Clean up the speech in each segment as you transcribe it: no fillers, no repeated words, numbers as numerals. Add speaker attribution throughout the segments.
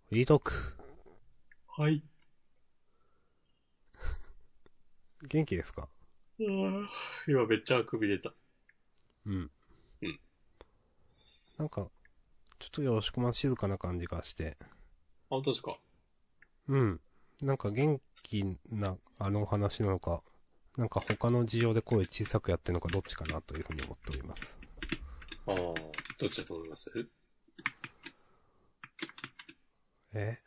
Speaker 1: フリートーク。
Speaker 2: はい。
Speaker 1: 元気ですか？
Speaker 2: 今めっちゃあくび出た。
Speaker 1: うん。
Speaker 2: うん。
Speaker 1: なんか、ちょっとよろしく静かな感じがして。
Speaker 2: あ、本当ですか？
Speaker 1: うん。なんか元気なお話なのか、なんか他の事情で声小さくやってるのかどっちかなというふうに思っております。
Speaker 2: ああ、どっちだと思います？
Speaker 1: え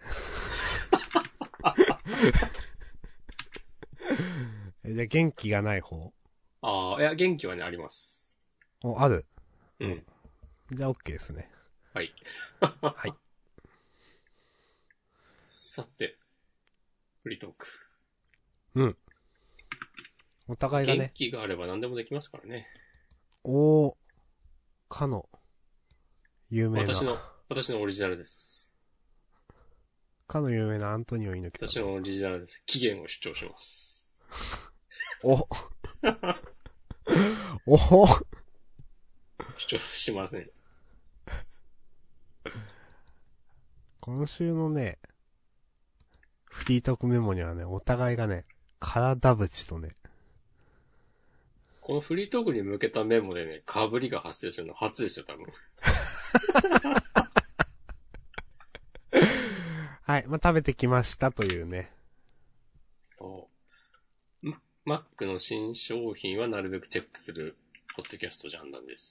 Speaker 1: じゃあ元気がない方？
Speaker 2: ああ、いや、元気はね、あります。
Speaker 1: ある。
Speaker 2: うん。
Speaker 1: じゃあ OK ですね。
Speaker 2: はい。
Speaker 1: はい。
Speaker 2: さて、フリートーク。
Speaker 1: うん。お互いがね、
Speaker 2: 元気があれば何でもできますからね。
Speaker 1: かの、有名な、
Speaker 2: 私のオリジナルです。
Speaker 1: かの有名なアントニオ猪木さんの。
Speaker 2: 私のオリジナルです。期限を主張します。
Speaker 1: おお
Speaker 2: 主張しません。
Speaker 1: 今週のね、フリートークメモにはね、お互いがね、体縁とね、
Speaker 2: このフリートークに向けたメモでね、被りが発生するの初ですよ、多分。
Speaker 1: はい、まあ、食べてきましたというね。
Speaker 2: そう。マックの新商品はなるべくチェックする、ポッドキャストジャンダンです。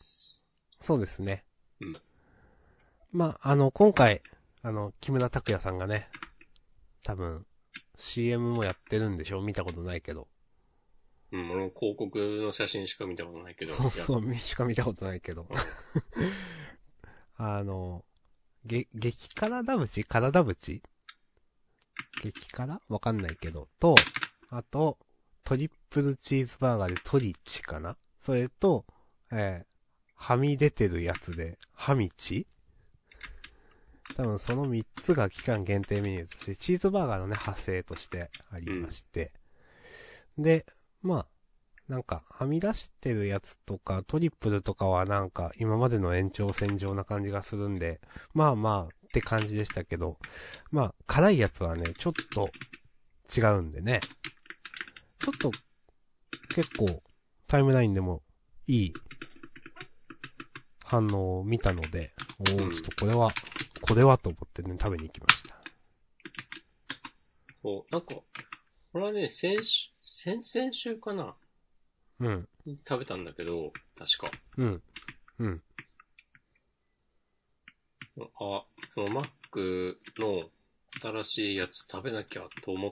Speaker 1: そうですね。
Speaker 2: うん。
Speaker 1: まあ、今回、木村拓哉さんがね、多分、CM もやってるんでしょ？見たことないけど。
Speaker 2: うん、俺も広告の写真しか見たことないけど、
Speaker 1: そう、しか見たことないけど。
Speaker 2: うん、
Speaker 1: あの、激辛ダブチ体縁激辛わかんないけど。と、あと、トリプルチーズバーガーでトリチかな、それと、はみ出てるやつで、はみち多分その3つが期間限定メニューとして、チーズバーガーのね、派生としてありまして。で、まあ、なんか、はみ出してるやつとか、トリプルとかはなんか、今までの延長線上な感じがするんで、まあまあ、って感じでしたけど、まあ、辛いやつはね、ちょっと違うんでね。ちょっと、結構、タイムラインでも、いい反応を見たので、ちょっとこれはと思ってね、食べに行きました。
Speaker 2: そう、なんか、これはね、先々週かな、
Speaker 1: うん。
Speaker 2: 食べたんだけど、確か。
Speaker 1: うん。うん。
Speaker 2: あ、そのマックの新しいやつ食べなきゃと思って、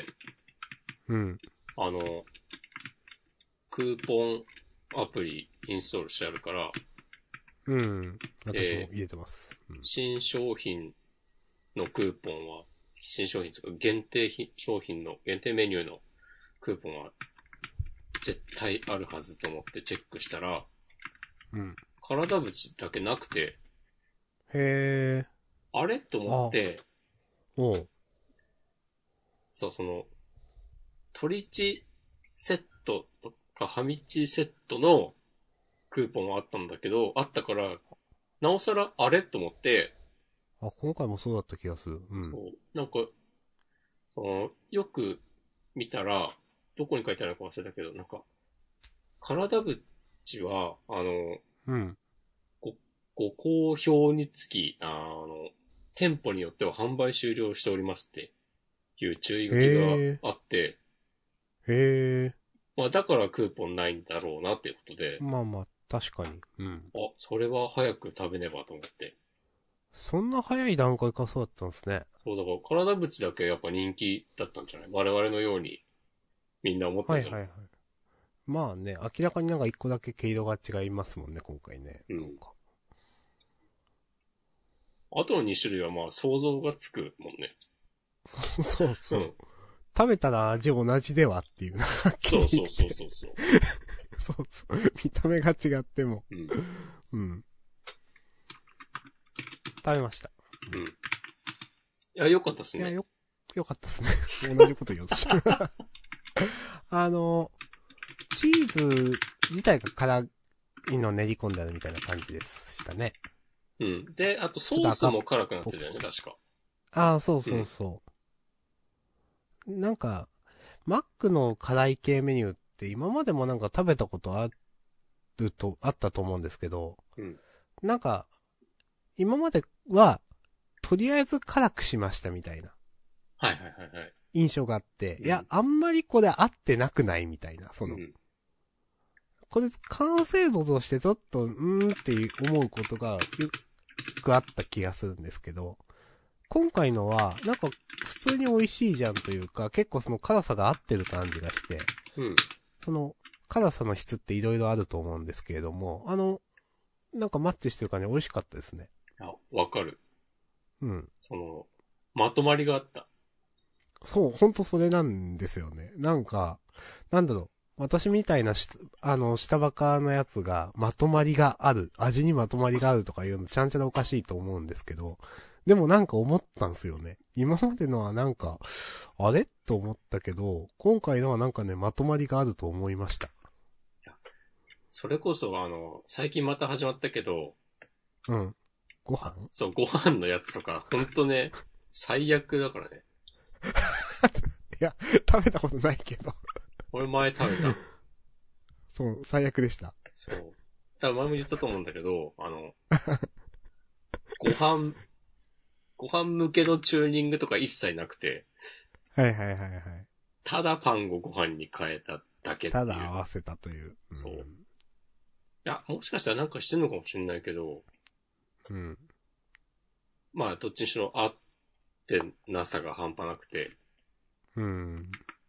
Speaker 1: うん。
Speaker 2: あの、クーポンアプリインストールしてあるから、
Speaker 1: うん。私も入れてます。
Speaker 2: 新商品のクーポンは、新商品とか限定商品の限定メニューのクーポンは絶対あるはずと思ってチェックしたら、
Speaker 1: うん。
Speaker 2: 体縁だけなくて、
Speaker 1: へー。
Speaker 2: あれと思って、
Speaker 1: おう。
Speaker 2: そう、その、トリチセットとかハミチセットのクーポンはあったんだけど、あったから、なおさらあれと思って、
Speaker 1: あ、今回もそうだった気がする。うん。
Speaker 2: そう、なんか、その、よく見たら、どこに書いてあるのか忘れたけど、なんか、体縁は、
Speaker 1: うん。
Speaker 2: ご、ご好評につき、店舗によっては販売終了しておりますっていう注意書きが
Speaker 1: へ
Speaker 2: あって、
Speaker 1: ー。へー。
Speaker 2: まあだからクーポンないんだろうなっていうことで、
Speaker 1: まあまあ、確かに。うん。
Speaker 2: あ、それは早く食べねばと思って。
Speaker 1: そんな早い段階からそうだったんですね。
Speaker 2: そう、だから体縁だけやっぱ人気だったんじゃない？我々のようにみんな思ってんじゃない？
Speaker 1: はいはいはい。まあね、明らかになんか一個だけ毛色が違いますもんね、今回ね。
Speaker 2: うん。
Speaker 1: なんか。
Speaker 2: あとの2種類はまあ想像がつくもんね。
Speaker 1: そうそうそう。
Speaker 2: うん。
Speaker 1: 食べたら味同じではっていうのはっき
Speaker 2: そう
Speaker 1: り言って。
Speaker 2: そうそうそうそう。
Speaker 1: そうそう。見た目が違っても。
Speaker 2: うん。
Speaker 1: うん。食べました。
Speaker 2: うん。いや、よかったっす
Speaker 1: いや、
Speaker 2: ね。
Speaker 1: よかったっすね。同じこと言おうとした。チーズ自体が辛いの練り込んであるみたいな感じでしたね。
Speaker 2: うん。で、あとソース
Speaker 1: ちょっと赤っ
Speaker 2: も辛くなっ
Speaker 1: ぽくて。
Speaker 2: てたよね、確か。
Speaker 1: ああ、そう
Speaker 2: うん。
Speaker 1: そうそう。なんか、マックの辛い系メニューって今までもなんか食べたことあったと思うんですけど、
Speaker 2: うん。
Speaker 1: なんか、今までは、とりあえず辛くしましたみたいな
Speaker 2: はいはいはいはい。
Speaker 1: 印象があって、いや、
Speaker 2: うん。
Speaker 1: あんまりこれ合ってなくないみたいな、
Speaker 2: うん。
Speaker 1: これ完成度としてちょっと、って思うことがよくあった気がするんですけど、今回のは、なんか、普通に美味しいじゃんというか、結構その辛さが合ってる感じがして、
Speaker 2: うん。
Speaker 1: その、辛さの質って色々あると思うんですけれども、なんかマッチしてる感じで美味しかったですね。
Speaker 2: あ、わかる。
Speaker 1: うん。
Speaker 2: その、まとまりがあった。
Speaker 1: そう、ほんとそれなんですよね。なんか、なんだろう。私みたいな下バカなやつが、まとまりがある、味にまとまりがあるとかいうの、ちゃんちゃらおかしいと思うんですけど、でもなんか思ったんですよね。今までのはなんか、あれと思ったけど、今回のはなんかね、まとまりがあると思いました。
Speaker 2: いや、それこそ最近また始まったけど、
Speaker 1: うん。ご
Speaker 2: あ、
Speaker 1: 飯
Speaker 2: そう、ご飯のやつとか、ほんとね、最悪だからね。
Speaker 1: いや、食べたことないけど。
Speaker 2: 俺前食べた。
Speaker 1: そう、最悪でした。
Speaker 2: そう。多分前も言ったと思うんだけど、ご飯、ご飯向けのチューニングとか一切なくて、
Speaker 1: はいはいはいはい。
Speaker 2: ただパンをご飯に変えただけっ
Speaker 1: た
Speaker 2: ていう。
Speaker 1: だ合わせたという。う
Speaker 2: そう。い
Speaker 1: ん。
Speaker 2: や、もしかしたらなんかしてんのかもしれないけど、
Speaker 1: うん。
Speaker 2: まあ、どっちにしろあってなさが半端なくて、っ
Speaker 1: うん。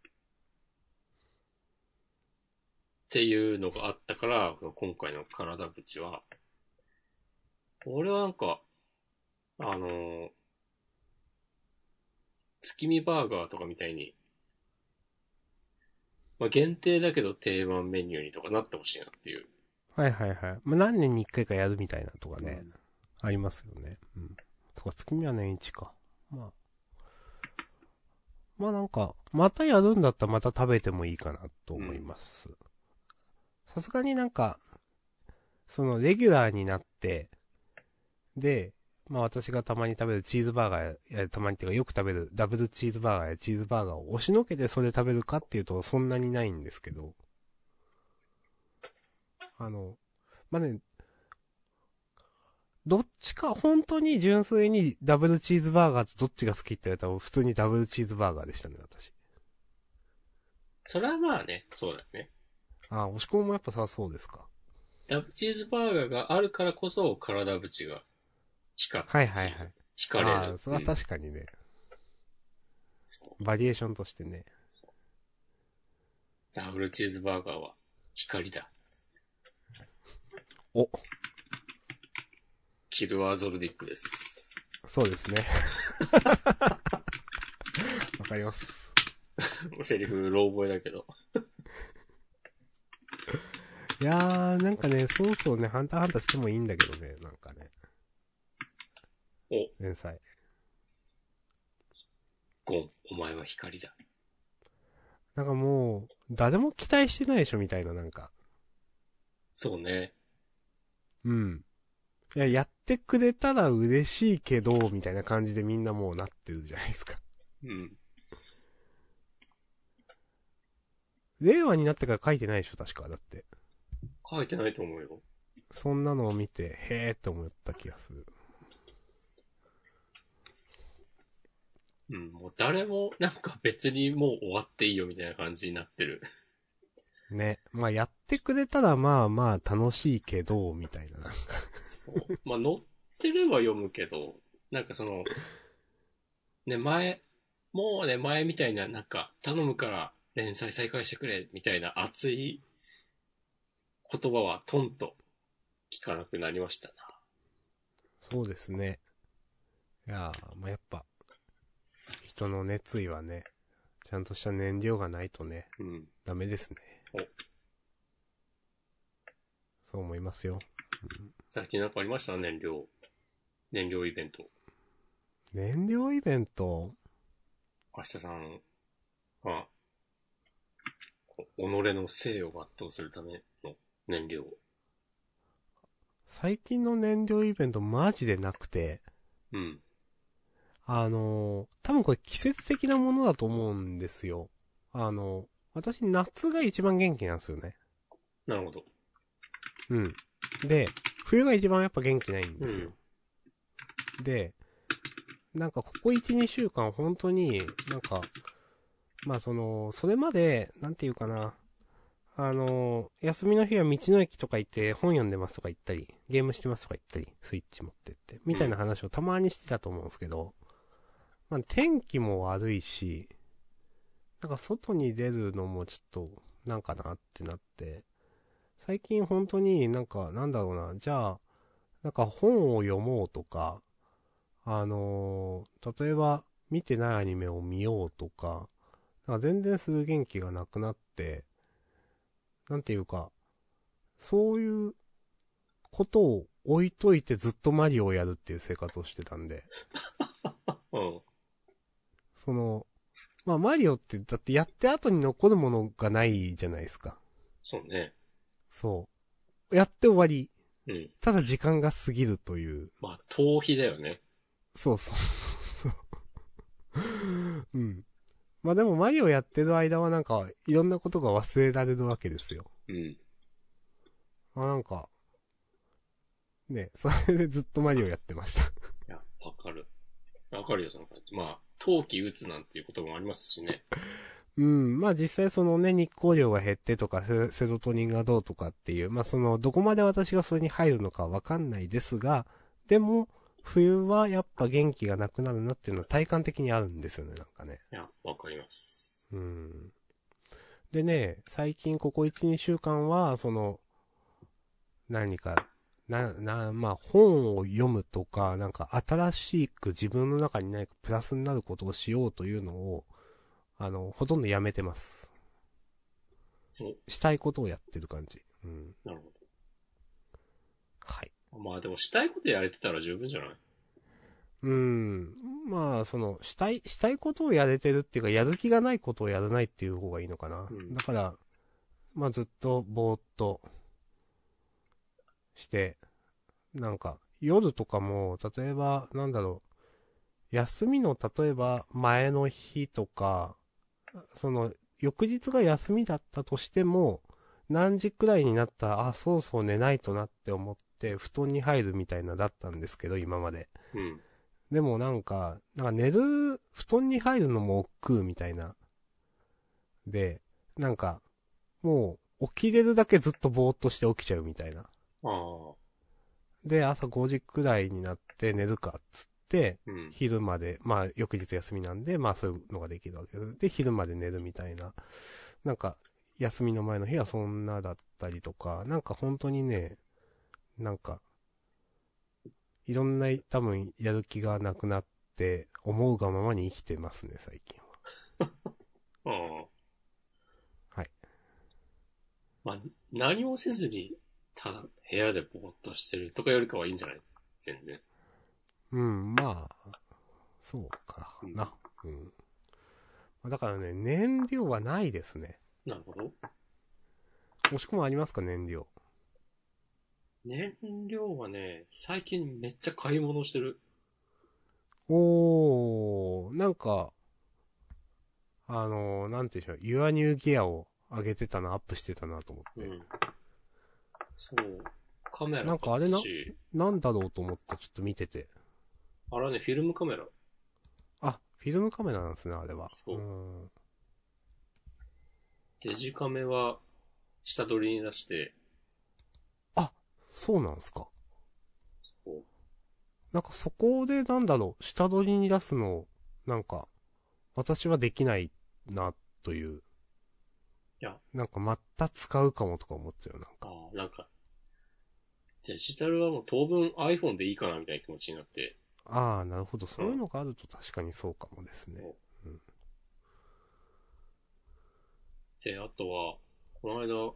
Speaker 2: ていうのがあったから、今回の体ぶちは、俺はなんか、あのー月見バーガーとかみたいに、まあ、限定だけど定番メニューにとかなってほしいなっていう。
Speaker 1: はいはいはい。まあ、何年に一回かやるみたいなとかね、
Speaker 2: うん。
Speaker 1: ありますよね。うん。そっか、月見は年一か。まあなんか、またやるんだったらまた食べてもいいかなと思い
Speaker 2: うん。
Speaker 1: ます。さすがになんか、レギュラーになって、で、まあ私がたまに食べるチーズバーガーたまにっていうかよく食べるダブルチーズバーガーやチーズバーガーを押しのけてそれ食べるかっていうとそんなにないんですけど、あの、まあね、どっちか本当に純粋にダブルチーズバーガーとどっちが好きって言われたら普通にダブルチーズバーガーでしたね、私。
Speaker 2: それはまあね、そうだよね。
Speaker 1: あ、押し込みもやっぱさ、そうですか。
Speaker 2: ダブルチーズバーガーがあるからこそ、体ぶちが光っ
Speaker 1: はい
Speaker 2: て見える。
Speaker 1: はいはい。ああ、
Speaker 2: 光れる。
Speaker 1: それは
Speaker 2: うん。
Speaker 1: 確かにね、
Speaker 2: そう。
Speaker 1: バリエーションとしてね。
Speaker 2: そう。ダブルチーズバーガーは光だ。
Speaker 1: お、
Speaker 2: キルアゾルディックです。
Speaker 1: そうですね。わかります。
Speaker 2: セリフ、ロー覚えだけど。
Speaker 1: いやー、なんかね、そうそうね、ハンターハンターしてもいいんだけどね、なんかね、
Speaker 2: お、
Speaker 1: 連載。
Speaker 2: ゴン、お前は光だ。
Speaker 1: なんかもう、誰も期待してないでしょ、みたいな、なんか。
Speaker 2: そうね。
Speaker 1: うん。いや、やってくれたら嬉しいけど、みたいな感じでみんなもうなってるじゃないですか。
Speaker 2: うん。
Speaker 1: 令和になってから書いてないでしょ、確か。だって。
Speaker 2: 書いてないと思うよ。
Speaker 1: そんなのを見て、へーって思った気がする。
Speaker 2: うん、もう誰も、なんか別にもう終わっていいよみたいな感じになってる。
Speaker 1: ね。まあ、やってくれたらまあまあ楽しいけど、みたいな。
Speaker 2: そう。まあ、載ってれば読むけど、なんかその、ね、もうね、前みたいな、なんか、頼むから連載再開してくれ、みたいな熱い言葉はトンと聞かなくなりましたな。
Speaker 1: そうですね。いやー、まあやっぱ、人の熱意はね、ちゃんとした燃料がないとね、
Speaker 2: うん。
Speaker 1: ダメですね。
Speaker 2: お、
Speaker 1: そう思いますよ。
Speaker 2: 最近なんかありました燃料イベント。
Speaker 1: 燃料イベント、
Speaker 2: 明日さんは、己の生を全うするための燃料。
Speaker 1: 最近の燃料イベントマジでなくて、
Speaker 2: うん。
Speaker 1: 多分これ季節的なものだと思うんですよ。私夏が一番元気なんですよね。
Speaker 2: なるほど。
Speaker 1: うん。で、冬が一番やっぱ元気ないんですよ。で、なんかここ1、2週間本当になんか、まあそれまで、なんていうかな、休みの日は道の駅とか行って本読んでますとか言ったり、ゲームしてますとか言ったり、スイッチ持ってって、みたいな話をたまにしてたと思うんですけど、まあ天気も悪いし、なんか外に出るのもちょっと、なんかなってなって、最近本当になんか、なんだろうな、じゃあ、なんか本を読もうとか、例えば見てないアニメを見ようとか、なんか全然する元気がなくなって、なんていうか、そういうことを置いといてずっとマリオをやるっていう生活をしてたんで、
Speaker 2: うん。
Speaker 1: その、まあマリオってだってやって後に残るものがないじゃないですか。
Speaker 2: そうね。
Speaker 1: そう。やって終わり。
Speaker 2: うん。
Speaker 1: ただ時間が過ぎるという。
Speaker 2: まあ、逃避だよね。
Speaker 1: そうそうそう。うん。まあでもマリオやってる間はなんか、いろんなことが忘れられるわけですよ。
Speaker 2: うん。
Speaker 1: まあなんか、ね、それでずっとマリオやってました。
Speaker 2: いや、わかる。わかるよ、その感じ。まあ、冬季打つなんていう言葉もありますしね。
Speaker 1: うん。まあ実際そのね、日光量が減ってとか、セロトニンがどうとかっていう、まあどこまで私がそれに入るのかわかんないですが、でも、冬はやっぱ元気がなくなるなっていうのは体感的にあるんですよね、なんかね。
Speaker 2: いや、わかります。
Speaker 1: うん。でね、最近ここ1、2週間は、何か、まあ本を読むとか、なんか新しく自分の中に何かプラスになることをしようというのを、ほとんどやめてます。
Speaker 2: お、
Speaker 1: したいことをやってる感じ。うん。
Speaker 2: なるほ
Speaker 1: はい。
Speaker 2: ど。まあでもしたいことやれてたら十分じゃない？
Speaker 1: うん。まあ、したいことをやれてるっていうか、やる気がないことをやらないっていう方がいいのかな。
Speaker 2: うん。
Speaker 1: だから、まあずっとぼーっとして、なんか、夜とかも、例えば、なんだろう、休みの、例えば、前の日とか、翌日が休みだったとしても、何時くらいになったら、あ、そうそう寝ないとなって思って、布団に入るみたいなだったんですけど、今まで。
Speaker 2: うん。
Speaker 1: でもなんか布団に入るのも億劫みたいな。で、なんか、もう、起きれるだけずっとぼーっとして起きちゃうみたいな。
Speaker 2: ああ。
Speaker 1: で、朝5時くらいになって寝るかっつって、
Speaker 2: うん。
Speaker 1: 昼まで、まあ翌日休みなんで、まあそういうのができるわけです。で、昼まで寝るみたいな。なんか、休みの前の日はそんなだったりとか、なんか本当にね、なんか、いろんな多分やる気がなくなって、思うがままに生きてますね、最近
Speaker 2: ああ。
Speaker 1: は。はい。
Speaker 2: まあ、何もせずに、ただ部屋でぼーっとしてるとかよりかはいいんじゃない？全然。
Speaker 1: うん、まあ、そうか
Speaker 2: うん。
Speaker 1: な。うん。だからね、燃料はないですね。
Speaker 2: なるほど。
Speaker 1: もしくもありますか、燃料。
Speaker 2: 燃料はね、最近めっちゃ買い物してる。
Speaker 1: なんか、なんていうんでしょう、ユアニューギアを上げてたな、アップしてたなと思って。
Speaker 2: うん。そう。カメラ買っ
Speaker 1: なんかあれ
Speaker 2: し、
Speaker 1: なんだろうと思ってちょっと見てて。
Speaker 2: あれはね、フィルムカメラ。
Speaker 1: あ、フィルムカメラなんですね、あれは。
Speaker 2: そう。デジカメは下取りに出して、
Speaker 1: あ、そうなんすか。
Speaker 2: こ
Speaker 1: なんかそこでなんだろう、下取りに出すの、なんか、私はできないな、という。
Speaker 2: いや、
Speaker 1: なんかまた使うかもとか思っちゃう、なんか。
Speaker 2: なんか、デジタルはもう当分 iPhone でいいかなみたいな気持ちになって、
Speaker 1: ああ、なるほど。そういう
Speaker 2: うん。
Speaker 1: のがあると確かにそうかもですね。
Speaker 2: そう
Speaker 1: うん。
Speaker 2: で、あとは、この間、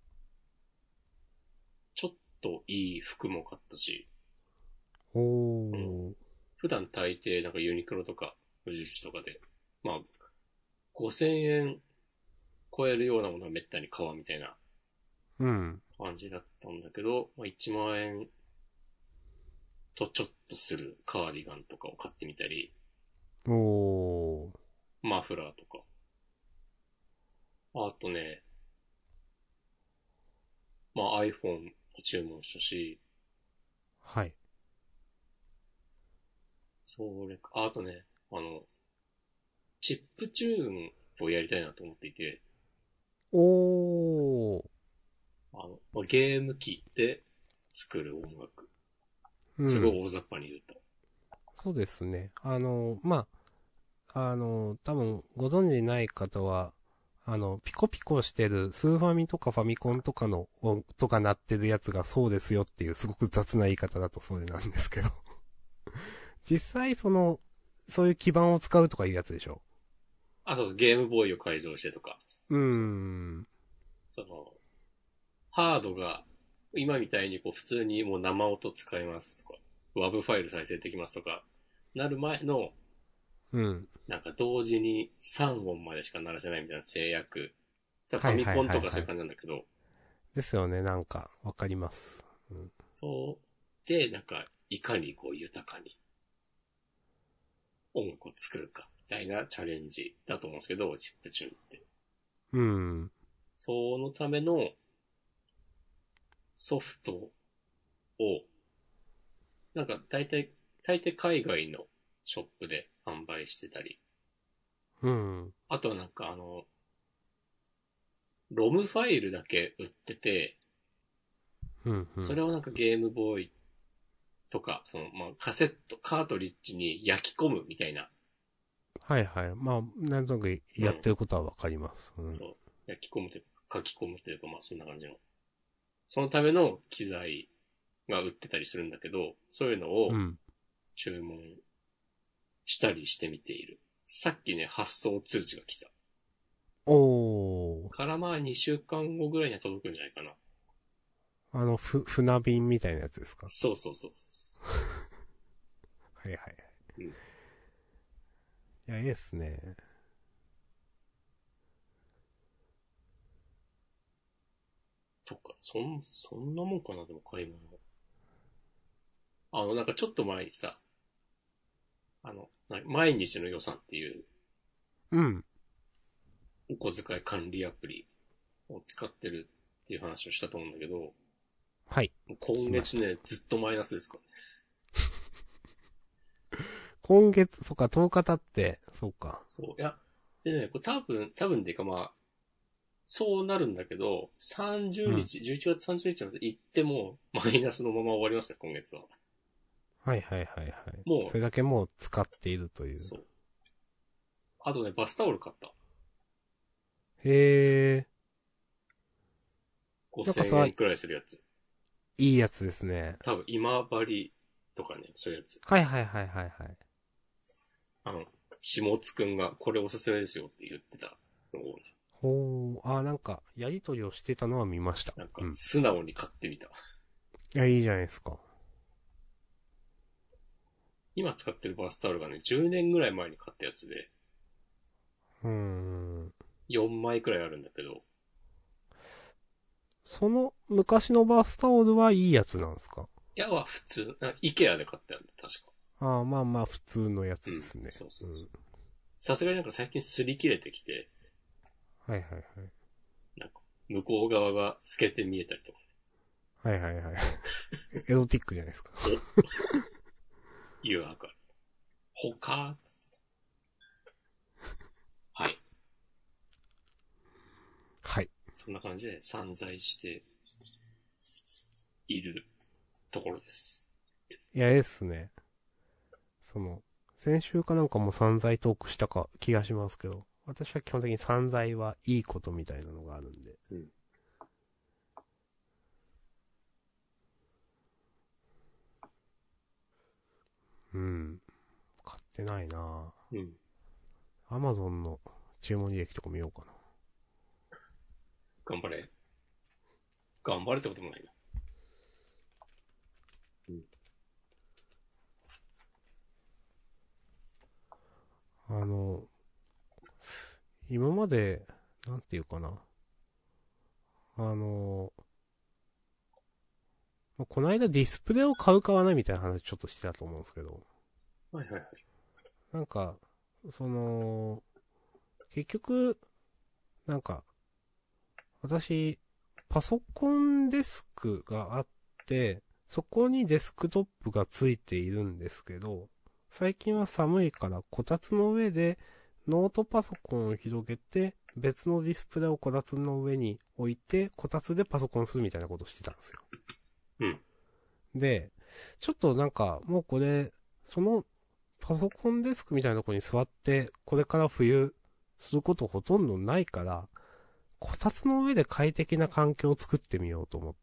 Speaker 2: ちょっといい服も買ったし、うん。
Speaker 1: おー。
Speaker 2: 普段大抵なんかユニクロとか無印とかで、まあ、5000円超えるようなものはめったに買わんみたいな
Speaker 1: うん。
Speaker 2: 感じだったんだけど、まあ、1万円とちょっとするカーディガンとかを買ってみたり、
Speaker 1: おー。
Speaker 2: マフラーとか。あとね、まあ iPhone を注文したし、
Speaker 1: はい。
Speaker 2: それか、あとね、チップチューンをやりたいなと思っていて、
Speaker 1: おー。
Speaker 2: まあゲーム機で作る音楽。
Speaker 1: うん。
Speaker 2: すごい大雑把に言うと。
Speaker 1: そうですね。まあ、多分ご存知ない方は、ピコピコしてるスーファミとかファミコンとかの音とか鳴ってるやつがそうですよっていうすごく雑な言い方だとそうなんですけど。実際そういう基盤を使うとかいうやつでしょ。
Speaker 2: あとゲームボーイを改造してとか。
Speaker 1: うー
Speaker 2: そう。
Speaker 1: ん。
Speaker 2: その、ハードが、今みたいにこう普通にもう生音使いますとか、WAV ファイル再生できますとか、なる前の、
Speaker 1: うん。
Speaker 2: なんか同時に3音までしか鳴らせないみたいな制約。ファ
Speaker 1: はいはい
Speaker 2: ミコン
Speaker 1: はいはい。
Speaker 2: とかそういう感じなんだけど、
Speaker 1: ですよね、なんか、わかります。うん。
Speaker 2: そうで、なんか、いかにこう豊かに音楽を作るか、みたいなチャレンジだと思うんですけど、チップチューンって。
Speaker 1: うん。
Speaker 2: そのためのソフトを、なんか大抵海外のショップで販売してたり、
Speaker 1: うん。
Speaker 2: あとはなんかロムファイルだけ売ってて、
Speaker 1: うん。うん。
Speaker 2: それをなんかゲームボーイとか、まあ、カセット、カートリッジに焼き込むみたいな。
Speaker 1: はいはい。まあ、なんとなく
Speaker 2: うん。
Speaker 1: やってることはわかります。うん。
Speaker 2: そう。焼き込むというか、書き込むというか、まあそんな感じの。そのための機材が売ってたりするんだけど、そういうのを
Speaker 1: うん。
Speaker 2: 注文したりしてみている。さっきね、発送通知が来た。
Speaker 1: おー。
Speaker 2: からまあ2週間後ぐらいには届くんじゃないかな。
Speaker 1: 船便みたいなやつですか？
Speaker 2: そうそうそうそうそ
Speaker 1: はいはいはい。
Speaker 2: う。うん。
Speaker 1: いや、いいっすね。
Speaker 2: とか、そんなもんかな、でも買い物。なんかちょっと前にさ、毎日の予算っていう
Speaker 1: うん。
Speaker 2: お小遣い管理アプリを使ってるっていう話をしたと思うんだけど、
Speaker 1: はい。聞きました。
Speaker 2: 今月ね、ずっとマイナスですからね。
Speaker 1: 今月、そっか、10日経って、そっか。
Speaker 2: そう。いや、でね、これ多分っていうかまあ、そうなるんだけど、30
Speaker 1: うん。
Speaker 2: 日、11月30日まで行っても、マイナスのまま終わりますね、今月は。
Speaker 1: はいはいはいはい。
Speaker 2: もう、
Speaker 1: それだけもう使っているという。
Speaker 2: そう。あとね、バスタオル買った。
Speaker 1: へえ。なんか
Speaker 2: 5000
Speaker 1: さ、い
Speaker 2: 円くらいするやつ。
Speaker 1: いやつですね。
Speaker 2: 多分、今治とかね、そういうやつ。
Speaker 1: はいはいはいはいはい。
Speaker 2: あの、下津くんがこれおすすめですよって言ってたのをね、
Speaker 1: ほー、なんか、やりとりをしてたのは見ました。
Speaker 2: なんか
Speaker 1: うん。
Speaker 2: 素直に買ってみた。
Speaker 1: いや、いいじゃないですか。
Speaker 2: 今使ってるバスタオルがね、10年ぐらい前に買ったやつで、
Speaker 1: うーん。
Speaker 2: 4枚くらいあるんだけど、
Speaker 1: その昔のバスタオルはいいやつなんですか？
Speaker 2: いや、普通、イケアで買ったんだ、確か。
Speaker 1: まあまあ普通のや
Speaker 2: うん、
Speaker 1: つですね。
Speaker 2: そうそうそう。
Speaker 1: うん。
Speaker 2: さすがになんか最近擦り切れてきて、
Speaker 1: はいはいはい。
Speaker 2: なんか、向こう側が透けて見えたりとか、
Speaker 1: はいはいはい。エロティックじゃないですか。
Speaker 2: お、いうわかる。ほかーっつって。はい。
Speaker 1: はい。
Speaker 2: そんな感じで散財しているところです。
Speaker 1: いや、ええっすね。先週かなんかも散財トークしたか気がしますけど、私は基本的に散財はいいことみたいなのがあるんで。
Speaker 2: うん。
Speaker 1: うん。買ってないな
Speaker 2: うん。
Speaker 1: ぁ。アマゾンの注文履歴とか見ようかな。
Speaker 2: 頑張れ。頑張れってこともないな。うん。
Speaker 1: あの、今まで、なんていうかな。あの、この間ディスプレイを買う買わないみたいな話ちょっとしてたと思うんですけど、
Speaker 2: はいはいはい。
Speaker 1: なんか、 その、結局、なんか、私、パソコンデスクがあって、そこにデスクトップがついているんですけど、最近は寒いからこたつの上でノートパソコンを広げて、別のディスプレイをこたつの上に置いて、こたつでパソコンするみたいなことしてたんですよ。
Speaker 2: うん。
Speaker 1: で、ちょっとなんか、もうこれ、そのパソコンデスクみたいなところに座って、これから冬することほとんどないから、こたつの上で快適な環境を作ってみようと思って。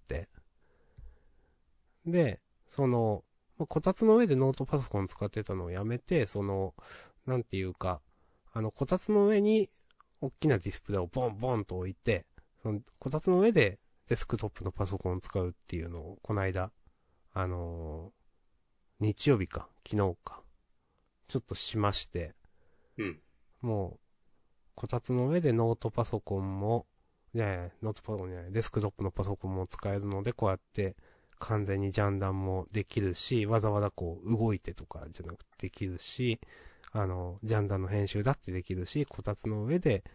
Speaker 1: で、こたつの上でノートパソコン使ってたのをやめて、なんていうか、こたつの上に大きなディスプレイをボンボンと置いて、こたつの上でデスクトップのパソコンを使うっていうのを、この間、あの日曜日か、昨日か、ちょっとしまして、
Speaker 2: うん。
Speaker 1: もう、こたつの上でノートパソコンも、ノートパソコンじゃない、デスクトップのパソコンも使えるので、こうやって完全にジャンダンもできるし、わざわざこう動いてとかじゃなくてできるし、ジャンダンの編集だってできるし、こたつの上で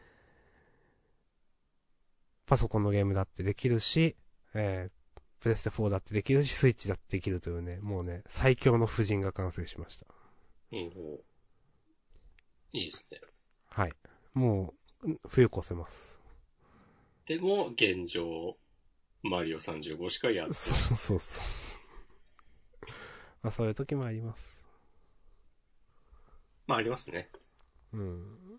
Speaker 1: パソコンのゲームだってできるし、プレステ4だってできるし、スイッチだってできるというね、もうね、最強の布陣が完成しました。
Speaker 2: いいですね。
Speaker 1: はい。もう、冬越せます。
Speaker 2: でも、現状、マリオ35しかやってない。
Speaker 1: そうそうそう。まあそういう時もあります。
Speaker 2: まあ、ありますね。
Speaker 1: うん。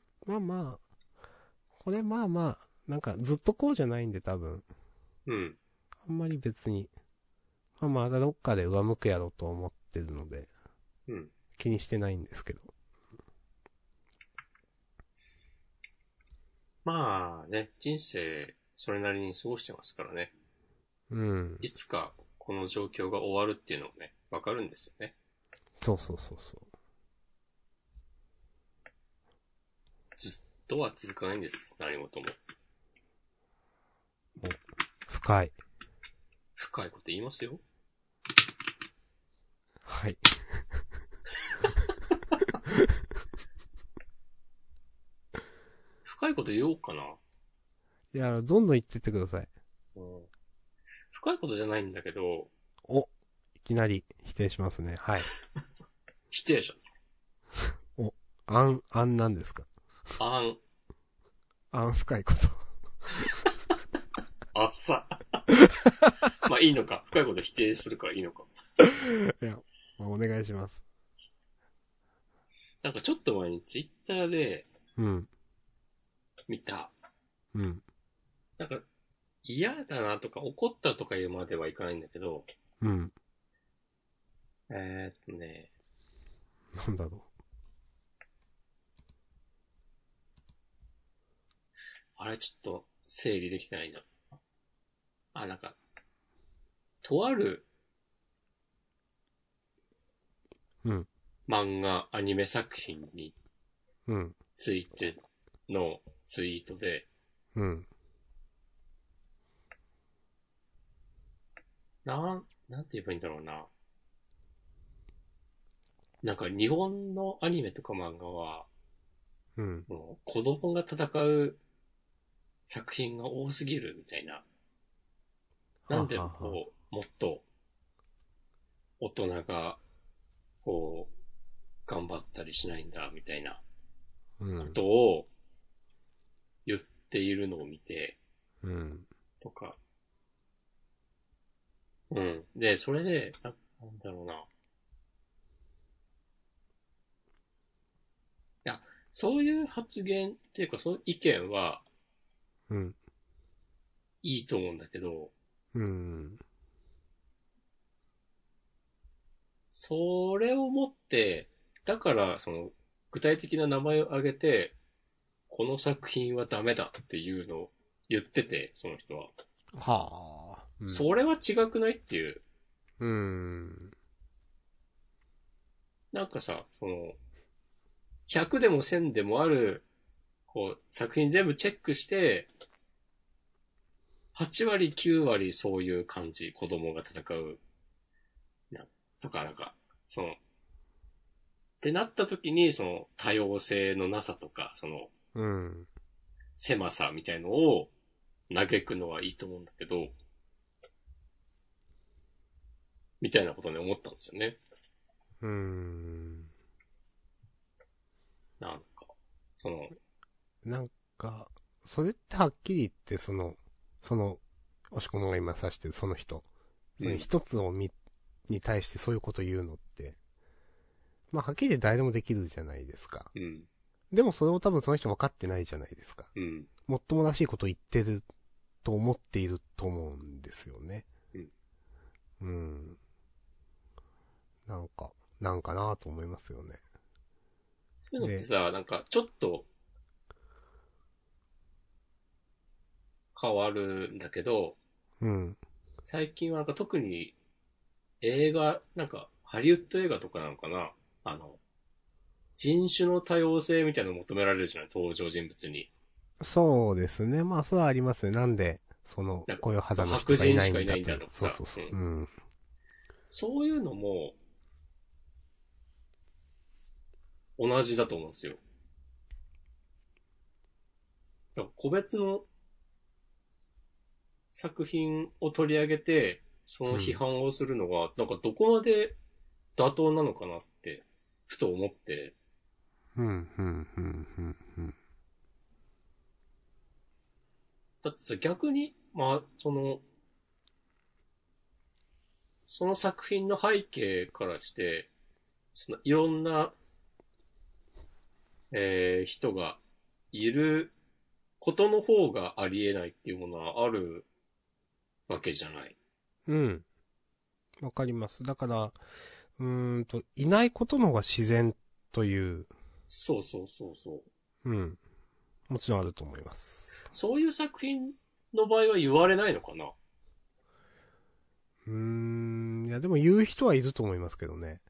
Speaker 1: まあまあ、これまあまあ、なんかずっとこうじゃないんで多分、
Speaker 2: うん。
Speaker 1: あんまり別に、まあまだどっかで上向くやろうと思ってるので、
Speaker 2: うん。
Speaker 1: 気にしてないんですけど。
Speaker 2: まあね、人生、それなりに過ごしてますからね。
Speaker 1: うん。
Speaker 2: いつか、この状況が終わるっていうのもね、わかるんですよね。
Speaker 1: そうそうそうそ
Speaker 2: ずっとは続かないんです。何事も。
Speaker 1: う。お、深い。
Speaker 2: 深いこと言いますよ。
Speaker 1: はい。
Speaker 2: 深いこと言おうかな。
Speaker 1: いや、どんどん言ってってください。
Speaker 2: うん、深いことじゃないんだけど、
Speaker 1: お、いきなり否定しますね。はい。
Speaker 2: 否定者。
Speaker 1: お、なんですか？
Speaker 2: あん、
Speaker 1: 深いこと。
Speaker 2: あっさ。まあいいのか。深いこと否定するからいいのか。
Speaker 1: いや、お願いします。
Speaker 2: なんかちょっと前にツイッターで
Speaker 1: うん。
Speaker 2: 見た。
Speaker 1: うん。
Speaker 2: なんか嫌だなとか怒ったとかいうまではいかないんだけど、
Speaker 1: うん。
Speaker 2: ね、
Speaker 1: なんだろ
Speaker 2: あれちょっと整理できてないな。あ、なんか、とある
Speaker 1: う。うん。
Speaker 2: 漫画、アニメ作品に
Speaker 1: うん。
Speaker 2: ついてのツイートで、
Speaker 1: うん。
Speaker 2: なんて言えばいいんだろうな。なんか日本のアニメとか漫画は、
Speaker 1: うん。
Speaker 2: もう子供が戦う作品が多すぎるみたいな。なんで
Speaker 1: ははは。
Speaker 2: こう、もっと大人が、こう、頑張ったりしないんだみたいなこ
Speaker 1: うん。
Speaker 2: とを言っているのを見て、
Speaker 1: うん。
Speaker 2: とか。うん。で、それで、なんだろうな。いや、そういう発言っていうか、そういう意見は
Speaker 1: うん。
Speaker 2: いいと思うんだけど、
Speaker 1: うん。
Speaker 2: それをもって、だから具体的な名前を挙げて、この作品はダメだっていうのを言ってて、その人は。
Speaker 1: はあ。うん。
Speaker 2: それは違くないっていう。
Speaker 1: うん。
Speaker 2: なんかさ、100でも1000でもある、こう、作品全部チェックして、8割、9割そういう感じ、子供が戦う。とか、なんか、 ってなった時に、その多様性のなさとか、その
Speaker 1: うん。
Speaker 2: 狭さみたいのを嘆くのはいいと思うんだけど、みたいなことに思ったんですよね。なんか、その、
Speaker 1: なんか、それってはっきり言って、押し込まが今指してるその人。その
Speaker 2: うん、
Speaker 1: 一つに対してそういうこと言うのって、まあ、はっきり言って誰でもできるじゃないですか。
Speaker 2: うん、
Speaker 1: でもそれを多分その人分かってないじゃないですか。
Speaker 2: うん、
Speaker 1: もっともらしいこと言ってると思っていると思うんですよね。
Speaker 2: うん。
Speaker 1: うん。なんかなと思いますよね。
Speaker 2: そういうのって
Speaker 1: で、
Speaker 2: さ、なんかちょっと変わるんだけど、
Speaker 1: うん。
Speaker 2: 最近はなんか特に映画、なんかハリウッド映画とかなのかな、人種の多様性みたいなの求められるじゃない、登場人物に。
Speaker 1: そうですね。まあ、それはありますね。なんで、
Speaker 2: なんか、
Speaker 1: こういう
Speaker 2: そう、
Speaker 1: 肌の人
Speaker 2: 白
Speaker 1: がいない
Speaker 2: 人しかいな
Speaker 1: んだという。
Speaker 2: いんだとかさ、
Speaker 1: そうそうそう。
Speaker 2: うん。
Speaker 1: うん。
Speaker 2: そういうのも同じだと思うんですよ。だから個別の作品を取り上げて、その批
Speaker 1: うん。
Speaker 2: 判をするのが、なんかどこまで妥当なのかなって、ふと思って、
Speaker 1: うん、うん、うん、うん、うん。
Speaker 2: だってさ、逆に、まあ、その作品の背景からして、そのいろんな、人がいることの方がありえないっていうものはあるわけじゃない。
Speaker 1: うん。わかります。だから、いないことの方が自然という、
Speaker 2: そうそうそうそう。
Speaker 1: うん。もちろんあると思います。
Speaker 2: そういう作品の場合は言われないのかな。
Speaker 1: いやでも言う人はいると思いますけどね。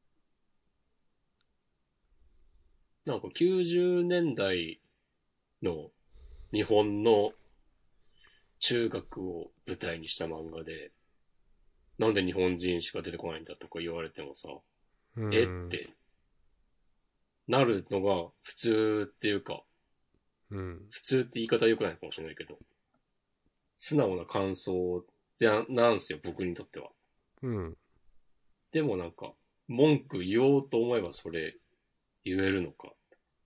Speaker 2: なんか90年代の日本の中学を舞台にした漫画で、なんで日本人しか出てこないんだとか言われてもさ、
Speaker 1: うーん。
Speaker 2: ってなるのが普通っていうか、
Speaker 1: うん。
Speaker 2: 普通って言い方は良くないかもしれないけど、素直な感想なんすよ、僕にとっては。
Speaker 1: うん。
Speaker 2: でもなんか、文句言おうと思えばそれ言えるのか。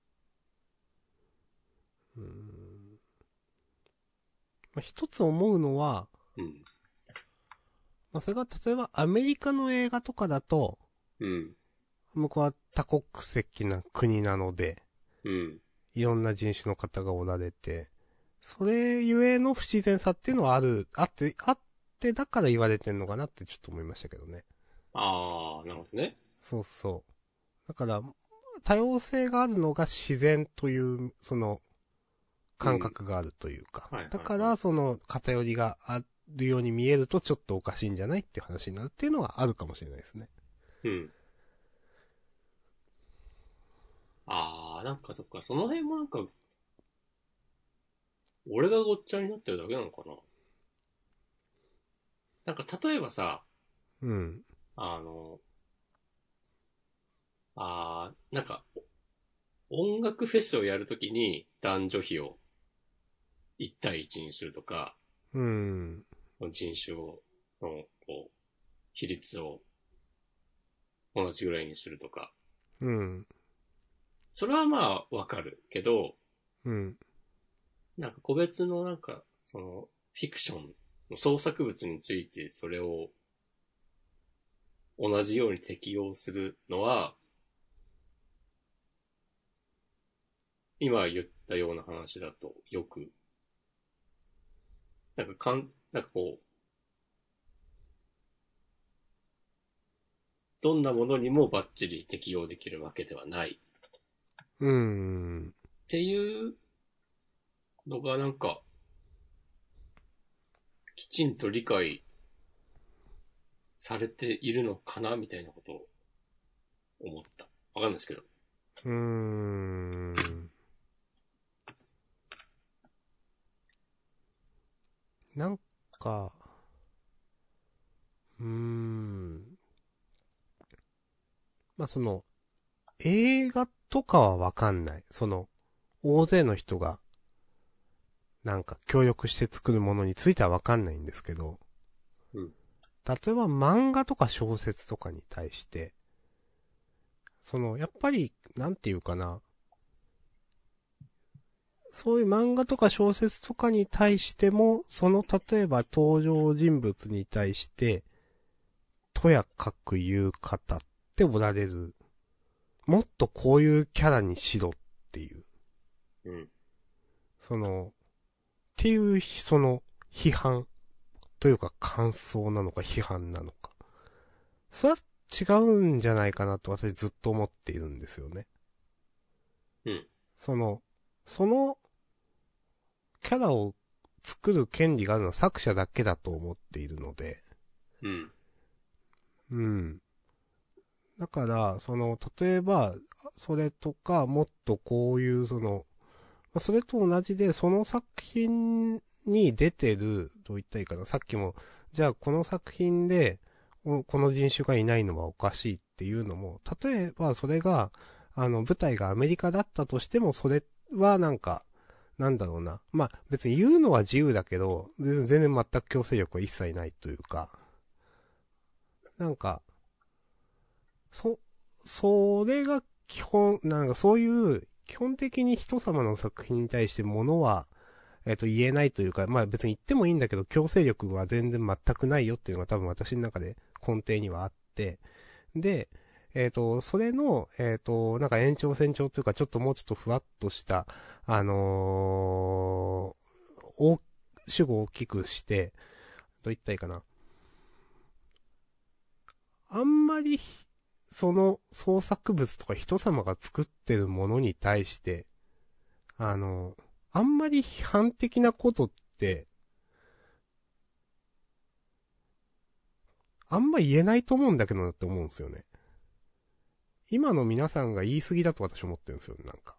Speaker 1: うーん。まあ、一つ思うのは、
Speaker 2: うん。
Speaker 1: まあ、それが例えばアメリカの映画とかだと、
Speaker 2: うん。
Speaker 1: 向こうは多国籍な国なので、
Speaker 2: うん。
Speaker 1: いろんな人種の方がおられて、それゆえの不自然さっていうのはあってだから言われてんのかなってちょっと思いましたけどね。
Speaker 2: あー、なるほどね。
Speaker 1: そうそう。だから、多様性があるのが自然という、感
Speaker 2: うん。
Speaker 1: 覚があるというか。
Speaker 2: はいはいはい。
Speaker 1: だから、偏りがあるように見えるとちょっとおかしいんじゃないっていう話になるっていうのはあるかもしれないですね。
Speaker 2: うん。なんかそっか、その辺もなんか、俺がごっちゃになってるだけなのかな。なんか例えばさ、
Speaker 1: うん。
Speaker 2: あの、なんか、音楽フェスをやるときに男女比を1対1にするとか、
Speaker 1: うん。
Speaker 2: 人種の、こう、比率を同じぐらいにするとか。
Speaker 1: うん。
Speaker 2: それはまあわかるけど、
Speaker 1: うん。
Speaker 2: なんか個別のなんか、フィクションの創作物についてそれを同じように適用するのは、今言ったような話だとよく、なんかこう、どんなものにもバッチリ適用できるわけではない。
Speaker 1: うん。
Speaker 2: っていうのがなんか、きちんと理解されているのかなみたいなことを思った。わかんないですけど。
Speaker 1: うーん。なんか、うーん。まあ、 映画とかはわかんない。大勢の人が、なんか協力して作るものについてはわかんないんですけど、
Speaker 2: うん。
Speaker 1: 例えば漫画とか小説とかに対して、やっぱり、なんていうかな、そういう漫画とか小説とかに対しても、例えば登場人物に対して、とやかく言う方っておられる。もっとこういうキャラにしろっていう。
Speaker 2: うん。
Speaker 1: っていう、批判というか感想なのか批判なのか。それは違うんじゃないかなと私ずっと思っているんですよね。
Speaker 2: うん。
Speaker 1: そのキャラを作る権利があるのは作者だけだと思っているので。
Speaker 2: うん。
Speaker 1: うん。だから、例えば、それとか、もっとこういう、それと同じで、その作品に出てる、どう言ったらいいかな、さっきも、じゃあこの作品で、この人種がいないのはおかしいっていうのも、例えばそれが、舞台がアメリカだったとしても、それはなんか、なんだろうな。まあ、別に言うのは自由だけど、全然全く強制力は一切ないというか、なんか、それが基本、なんかそういう、基本的に人様の作品に対してものは、言えないというか、まあ別に言ってもいいんだけど、強制力は全然全くないよっていうのが多分私の中で根底にはあって、で、それの、なんか延長線上というか、ちょっともうちょっとふわっとした、主語を大きくして、どう言ったらいいかな。あんまり、その創作物とか人様が作ってるものに対して、あんまり批判的なことって、あんま言えないと思うんだけどなって思うんですよね。今の皆さんが言い過ぎだと私思ってるんですよね、なんか。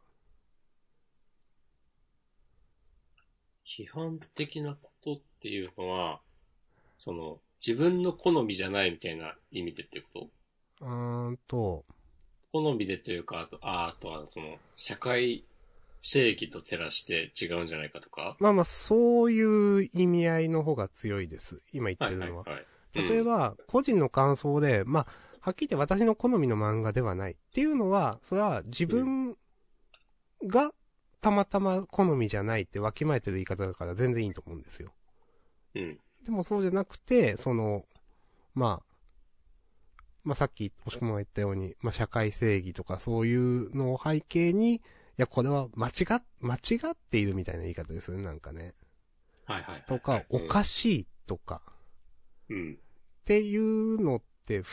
Speaker 2: 批判的なことっていうのは、自分の好みじゃないみたいな意味でっていうこ
Speaker 1: うーんと、
Speaker 2: と好みでというか、あとは社会正義と照らして違うんじゃないかとか。
Speaker 1: まあまあ、そういう意味合いの方が強いです。今言っ
Speaker 2: はい
Speaker 1: てるのは。
Speaker 2: はいはい。うん。
Speaker 1: 例えば、個人の感想で、まあ、はっきり言って私の好みの漫画ではないっていうのは、それは自
Speaker 2: うん。
Speaker 1: 分がたまたま好みじゃないってわきまえてる言い方だから全然いいと思うんですよ。
Speaker 2: うん。
Speaker 1: でもそうじゃなくて、まあ、まあさっき、押し込まが言ったように、まあ社会正義とかそういうのを背景に、いや、これは間違っているみたいな言い方ですよね、なんかね。
Speaker 2: はいはいはいは
Speaker 1: とか、
Speaker 2: い。
Speaker 1: おかしいとか、
Speaker 2: うん。
Speaker 1: っていうのって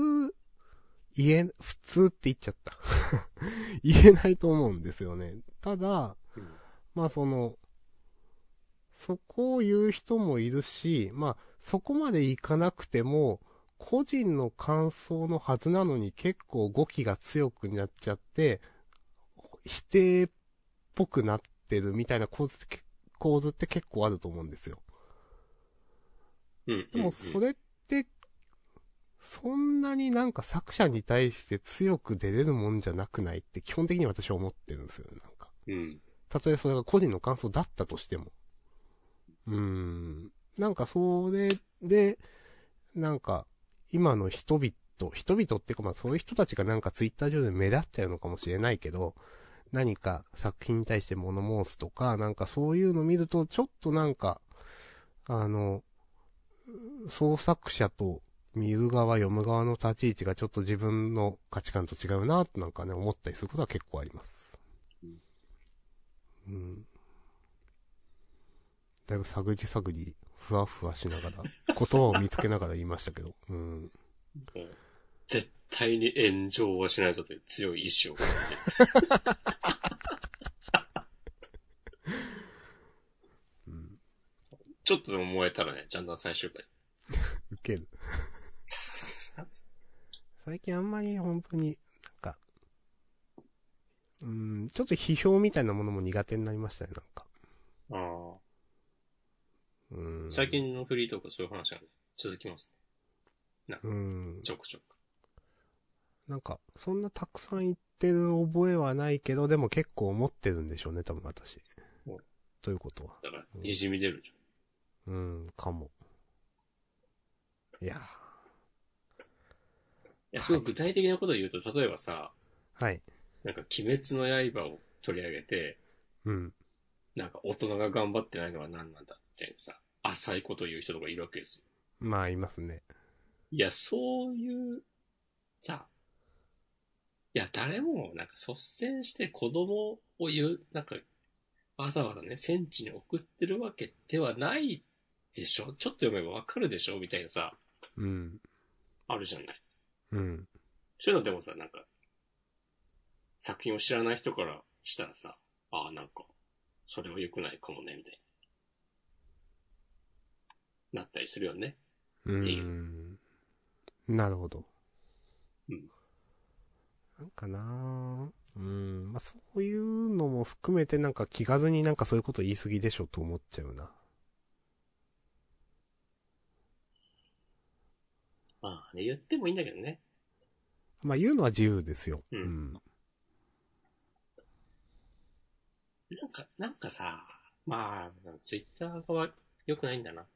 Speaker 1: 普通って言っちゃった。言えないと思うんですよね。ただ、
Speaker 2: うん。
Speaker 1: まあそこを言う人もいるし、まあそこまでいかなくても、個人の感想のはずなのに結構語気が強くなっちゃって、否定っぽくなってるみたいな構図って結構あると思うんですよ。
Speaker 2: うん。
Speaker 1: で
Speaker 2: うん。うん。
Speaker 1: もそれって、そんなになんか作者に対して強く出れるもんじゃなくないって基本的に私は思ってるんですよね、なんか。
Speaker 2: うん。
Speaker 1: たとえそれが個人の感想だったとしても。なんかそれで、なんか、今の人々っていうかまあそういう人たちがなんかツイッター上で目立っちゃうのかもしれないけど、何か作品に対して物申すとか、なんかそういうのを見ると、ちょっとなんか、あの、創作者と見る側、読む側の立ち位置がちょっと自分の価値観と違うなってなんかね、思ったりすることは結構あります。うん。だいぶ探り探り、ふわふわしながら、言葉を見つけながら言いましたけど、うん。
Speaker 2: もう絶対に炎上はしないぞという強い意志を持って。
Speaker 1: うん。
Speaker 2: ちょっとでも燃えたらね、ちゃんと最終回。
Speaker 1: 受ける。
Speaker 2: さささささ。
Speaker 1: 最近あんまり本当に、なんか、ちょっと批評みたいなものも苦手になりましたね、なんか。
Speaker 2: ああ。
Speaker 1: うん。
Speaker 2: 最近のフリートークそういう話がね、続きますね。なんか、
Speaker 1: うん。
Speaker 2: ちょくちょく。
Speaker 1: なんか、そんなたくさん言ってる覚えはないけど、でも結構思ってるんでしょうね、多分私。
Speaker 2: うん
Speaker 1: ということは。
Speaker 2: だから、滲み出るじ
Speaker 1: うん、かも。いや
Speaker 2: ゃん。いや、すごい具体的なことを言うと、例えばさ、
Speaker 1: はい。
Speaker 2: なんか、鬼滅の刃を取り上げて、
Speaker 1: うん。
Speaker 2: なんか、大人が頑張ってないのは何なんだみたいなさ、浅いことを言う人とかいるわけですよ。
Speaker 1: まあ、いますね。
Speaker 2: いや、そういう、さ、いや、誰も、なんか率先して子供を言う、なんか、わざわざね、戦地に送ってるわけではないでしょ、ちょっと読めばわかるでしょみたいなさ、
Speaker 1: うん。
Speaker 2: あるじゃない。
Speaker 1: うん。
Speaker 2: そういうのでもさ、なんか、作品を知らない人からしたらさ、ああ、なんか、それは良くないかもね、みたいになったりするよね。
Speaker 1: う
Speaker 2: っていう。
Speaker 1: ん。なるほど。
Speaker 2: うん。
Speaker 1: なんかなぁ。うん。まあ、そういうのも含めてなんか気がずになんかそういうこと言い過ぎでしょと思っちゃうな。
Speaker 2: まあね、言ってもいいんだけどね。
Speaker 1: まあ、言うのは自由ですよ。
Speaker 2: うん。
Speaker 1: うん。
Speaker 2: なんかさ、まあ、ツイッターが良くないんだな。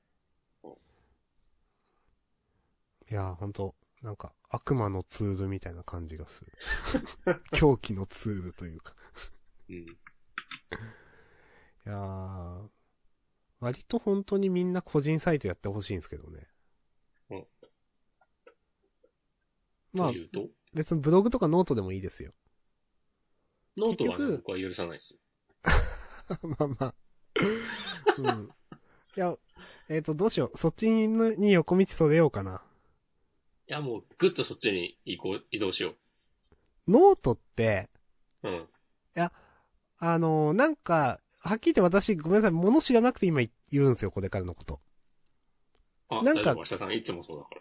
Speaker 1: いやー、ほんと、なんか悪魔のツールみたいな感じがする。狂気のツールというか。
Speaker 2: うん。
Speaker 1: いやー、割と本当にみんな個人サイトやってほしいんですけどね。
Speaker 2: うん。と
Speaker 1: まあ、
Speaker 2: いうと、
Speaker 1: 別にブログとかノートでもいいですよ。
Speaker 2: ノートはね、
Speaker 1: 結局、
Speaker 2: 僕は許さないですよ。
Speaker 1: まあまあ。うん。いや、どうしよう。そっちに横道それようかな。
Speaker 2: いや、もう、ぐっとそっちに移動しよ
Speaker 1: ノートって、
Speaker 2: う。うん。
Speaker 1: いや、なんか、はっきり言って私、ごめんなさい、物知らなくて今言うんですよ、これからのこと。
Speaker 2: あ、
Speaker 1: なんか、
Speaker 2: 大丈夫、明日さんいつもそうだから。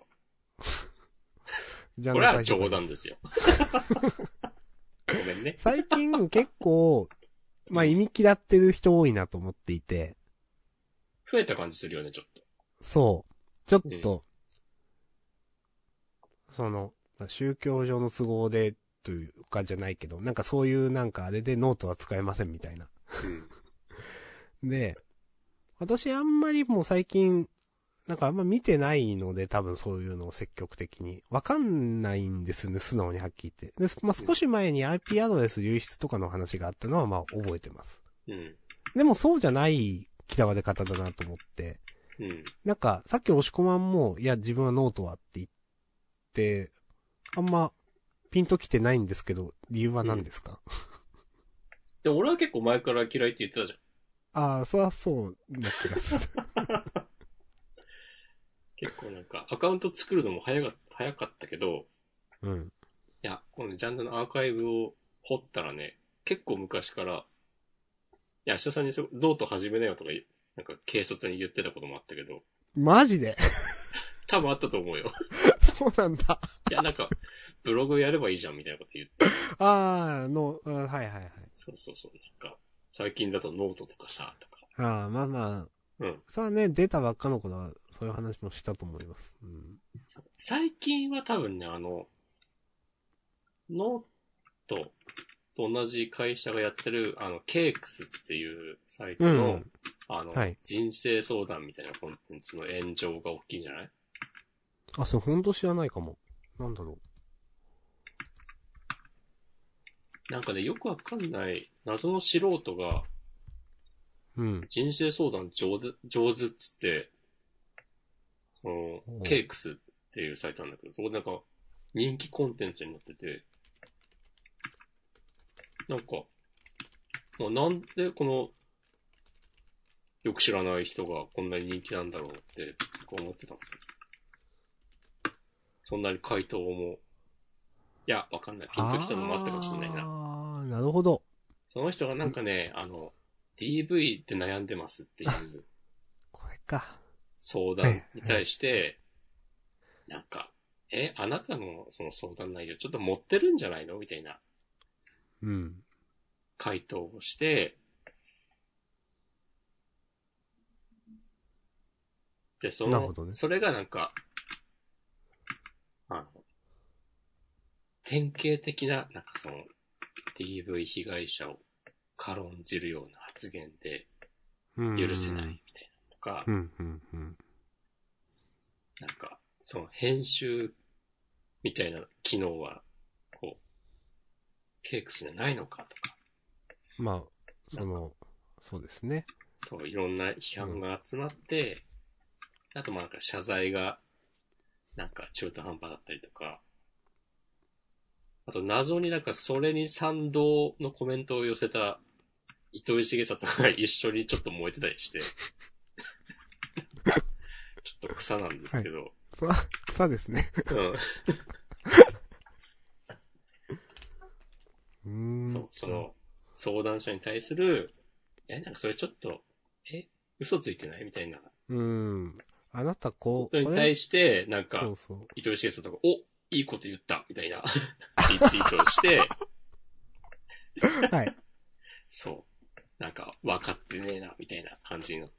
Speaker 1: じゃあ
Speaker 2: これは
Speaker 1: 大丈夫です。
Speaker 2: 冗談ですよ。ごめんね。
Speaker 1: 最近結構、まあ意味嫌ってる人多いなと思っていて、
Speaker 2: 増えた感じするよね、ちょっと。
Speaker 1: そう。ちょっ
Speaker 2: うん。
Speaker 1: と、まあ宗教上の都合でというかじゃないけど、なんかそういうなんかあれでノートは使えませんみたいな。
Speaker 2: うん。
Speaker 1: で、私あんまりもう最近、なんかあんま見てないので多分そういうのを積極的に。わかんないんですよね、素直にはっきり言って。で、まあ少し前に IP アドレス流出とかの話があったのはまあ覚えてます。
Speaker 2: うん。
Speaker 1: でもそうじゃない嫌われ方だなと思って。
Speaker 2: うん。
Speaker 1: なんか、さっき押し込まんも、いや、自分はノートはって言って、あんま、ピンときてないんですけど、理由は
Speaker 2: うん。
Speaker 1: 何ですか？
Speaker 2: で、俺は結構前から嫌いって言ってたじ
Speaker 1: ああ、そりゃそうな気がする。
Speaker 2: ゃん。結構なんか、アカウント作るのも早かったけど、
Speaker 1: うん。
Speaker 2: いや、このジャンルのアーカイブを掘ったらね、結構昔から、いや、明日さんにノート始めなよとか、なんか軽率に言ってたこともあったけど、
Speaker 1: マジで？
Speaker 2: 多分あったと思うよ。
Speaker 1: そうなんだ。
Speaker 2: いや、なんか、ブログやればいいじゃんみたいなこと言って。
Speaker 1: はいはいはい。
Speaker 2: そうそうそう。なんか、最近だとノートとかさ、とか。
Speaker 1: ああ、まあまあ、
Speaker 2: うん。
Speaker 1: さあね、出たばっかの頃は、そういう話もしたと思います。うん。
Speaker 2: 最近は多分ね、ノートと同じ会社がやってる、ケークスっていうサイトの、
Speaker 1: うん。はい。
Speaker 2: 人生相談みたいなコンテンツの炎上が大きいんじゃない？
Speaker 1: あ、それほんと知らないかも。なんだろ
Speaker 2: なんかね、よくわかんない謎の素人が
Speaker 1: う。うん。
Speaker 2: 人生相談上手っつって、
Speaker 1: おう。
Speaker 2: ケークスっていうサイトなんだけど、そこでなんか人気コンテンツになってて、なんか、もうなんでこのよく知らない人がこんなに人気なんだろうって思ってたんですけど、そんなに回答も、いや、わかんない。ピンときたのもあったかもしれないな。
Speaker 1: あー、なるほど。
Speaker 2: その人がなんかね、DV で悩んでますっていう
Speaker 1: これか。
Speaker 2: 相
Speaker 1: はい、
Speaker 2: 談に対
Speaker 1: はい。
Speaker 2: して、なんか、あなたのその相談内容ちょっと持ってるんじゃないのみたいな
Speaker 1: うん。
Speaker 2: 回答をして、で、
Speaker 1: なるほどね。
Speaker 2: それがなんか、あの、典型的な、なんか DV 被害者を軽んじるような発言で
Speaker 1: うん。
Speaker 2: 許せないみたいなとか、
Speaker 1: うん、うん、うん。
Speaker 2: なんか、その編集みたいな機能は、こう、ケイクスにはないのかとか、
Speaker 1: まあ、そうですね。
Speaker 2: そう、いろんな批判が集まって、あとまあなんか謝罪が、なんか中途半端だったりとか、あと謎になんかそれに賛同のコメントを寄せた糸井重里が一緒にちょっと燃えてたりして、ちょっと草なんですけど、
Speaker 1: そうですね。
Speaker 2: うん。そう、その、相談者に対する、なんかそれちょっと、嘘ついてないみたいな。
Speaker 1: あなた
Speaker 2: ことに対して、なんか、
Speaker 1: そうそう。
Speaker 2: 糸井重里が、いいこと言ったみたいなリツイートをして、
Speaker 1: はい。
Speaker 2: そう。なんか、分かってねえな、みたいな感じになって。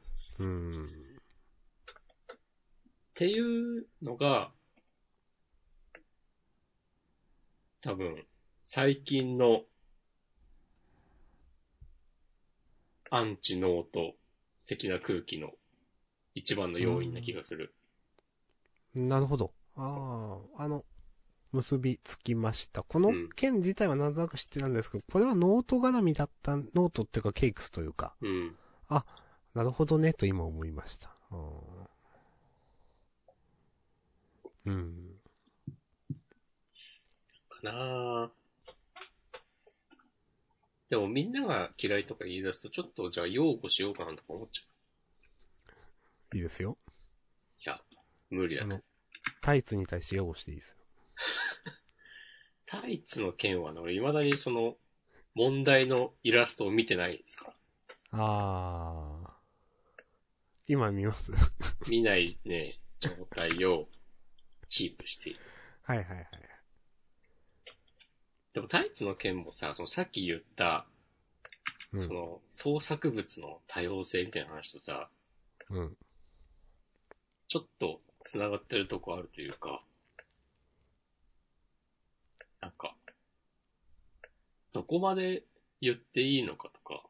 Speaker 2: っていうのが、多分、最近のアンチノート的な空気の一番の要因な気がする。
Speaker 1: なるほど。結びつきました。この件自体はなんとなく知ってたんですけど、これはノート絡みだった、ノートっていうかケイクスというか。
Speaker 2: うん。
Speaker 1: あ、なるほどね、と今思いました。うん。
Speaker 2: かなぁ。でもみんなが嫌いとか言い出すと、ちょっとじゃあ擁護しようかなとか思っちゃ
Speaker 1: いいですよ。
Speaker 2: う。いや、無理だね。
Speaker 1: タイツに対して擁護していいですよ。
Speaker 2: タイツの件はね、俺未だにその、問題のイラストを見てないですから。
Speaker 1: 今見ます
Speaker 2: 見ないね、状態をキープしている。
Speaker 1: はいはいはい。
Speaker 2: でもタイツの件もさ、そのさっき言った、その創作物の多様性みたいな話とさ、ちょっと繋がってるとこあるというか、なんか、どこまで言っていいのかとか。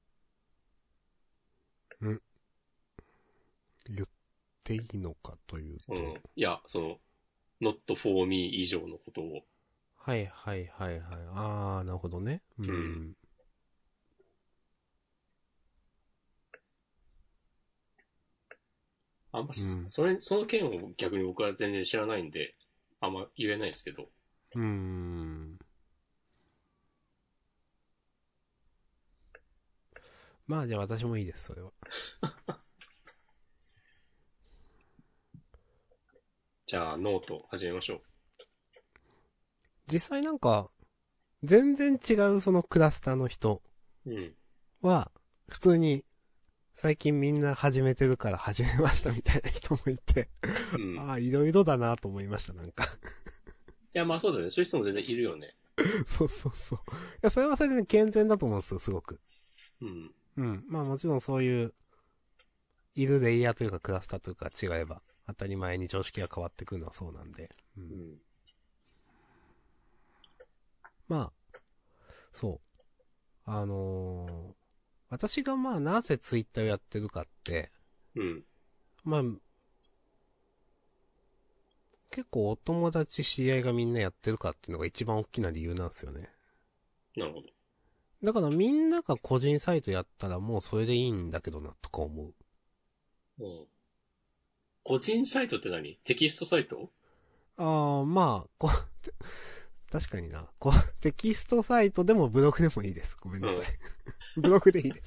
Speaker 1: 言っていいのかというと。
Speaker 2: いや、その、not for me 以上のことを。
Speaker 1: はいはいはいはい。なるほどね。
Speaker 2: あんま、その件を逆に僕は全然知らないんで、あんま言えないですけど。
Speaker 1: まあじゃあ私もいいです、それは。
Speaker 2: じゃあ、ノート始めましょう。
Speaker 1: 実際なんか、全然違うそのクラスターの人は、普通に、最近みんな始めてるから始めましたみたいな人もいていろいろだなと思いました、なんか
Speaker 2: いや、まあそうだね。そういう人も全然いるよね。
Speaker 1: そうそうそう。いや、それはそれで健全だと思うんですよ、すごく。まあもちろんそういう、いるレイヤーというかクラスターというか違えば、当たり前に常識が変わってくるのはそうなんで。まあ、そう。私がまあなぜツイッターをやってるかって、まあ、結構お友達知り合いがみんなやってるかっていうのが一番大きな理由なんですよね。
Speaker 2: なるほど。
Speaker 1: だからみんなが個人サイトやったらもうそれでいいんだけどな、とか思う。
Speaker 2: 個人サイトって何？テキストサイト？
Speaker 1: まあ、確かにな。テキストサイトでもブログでもいいです。ごめんなさい。ブログでいいです。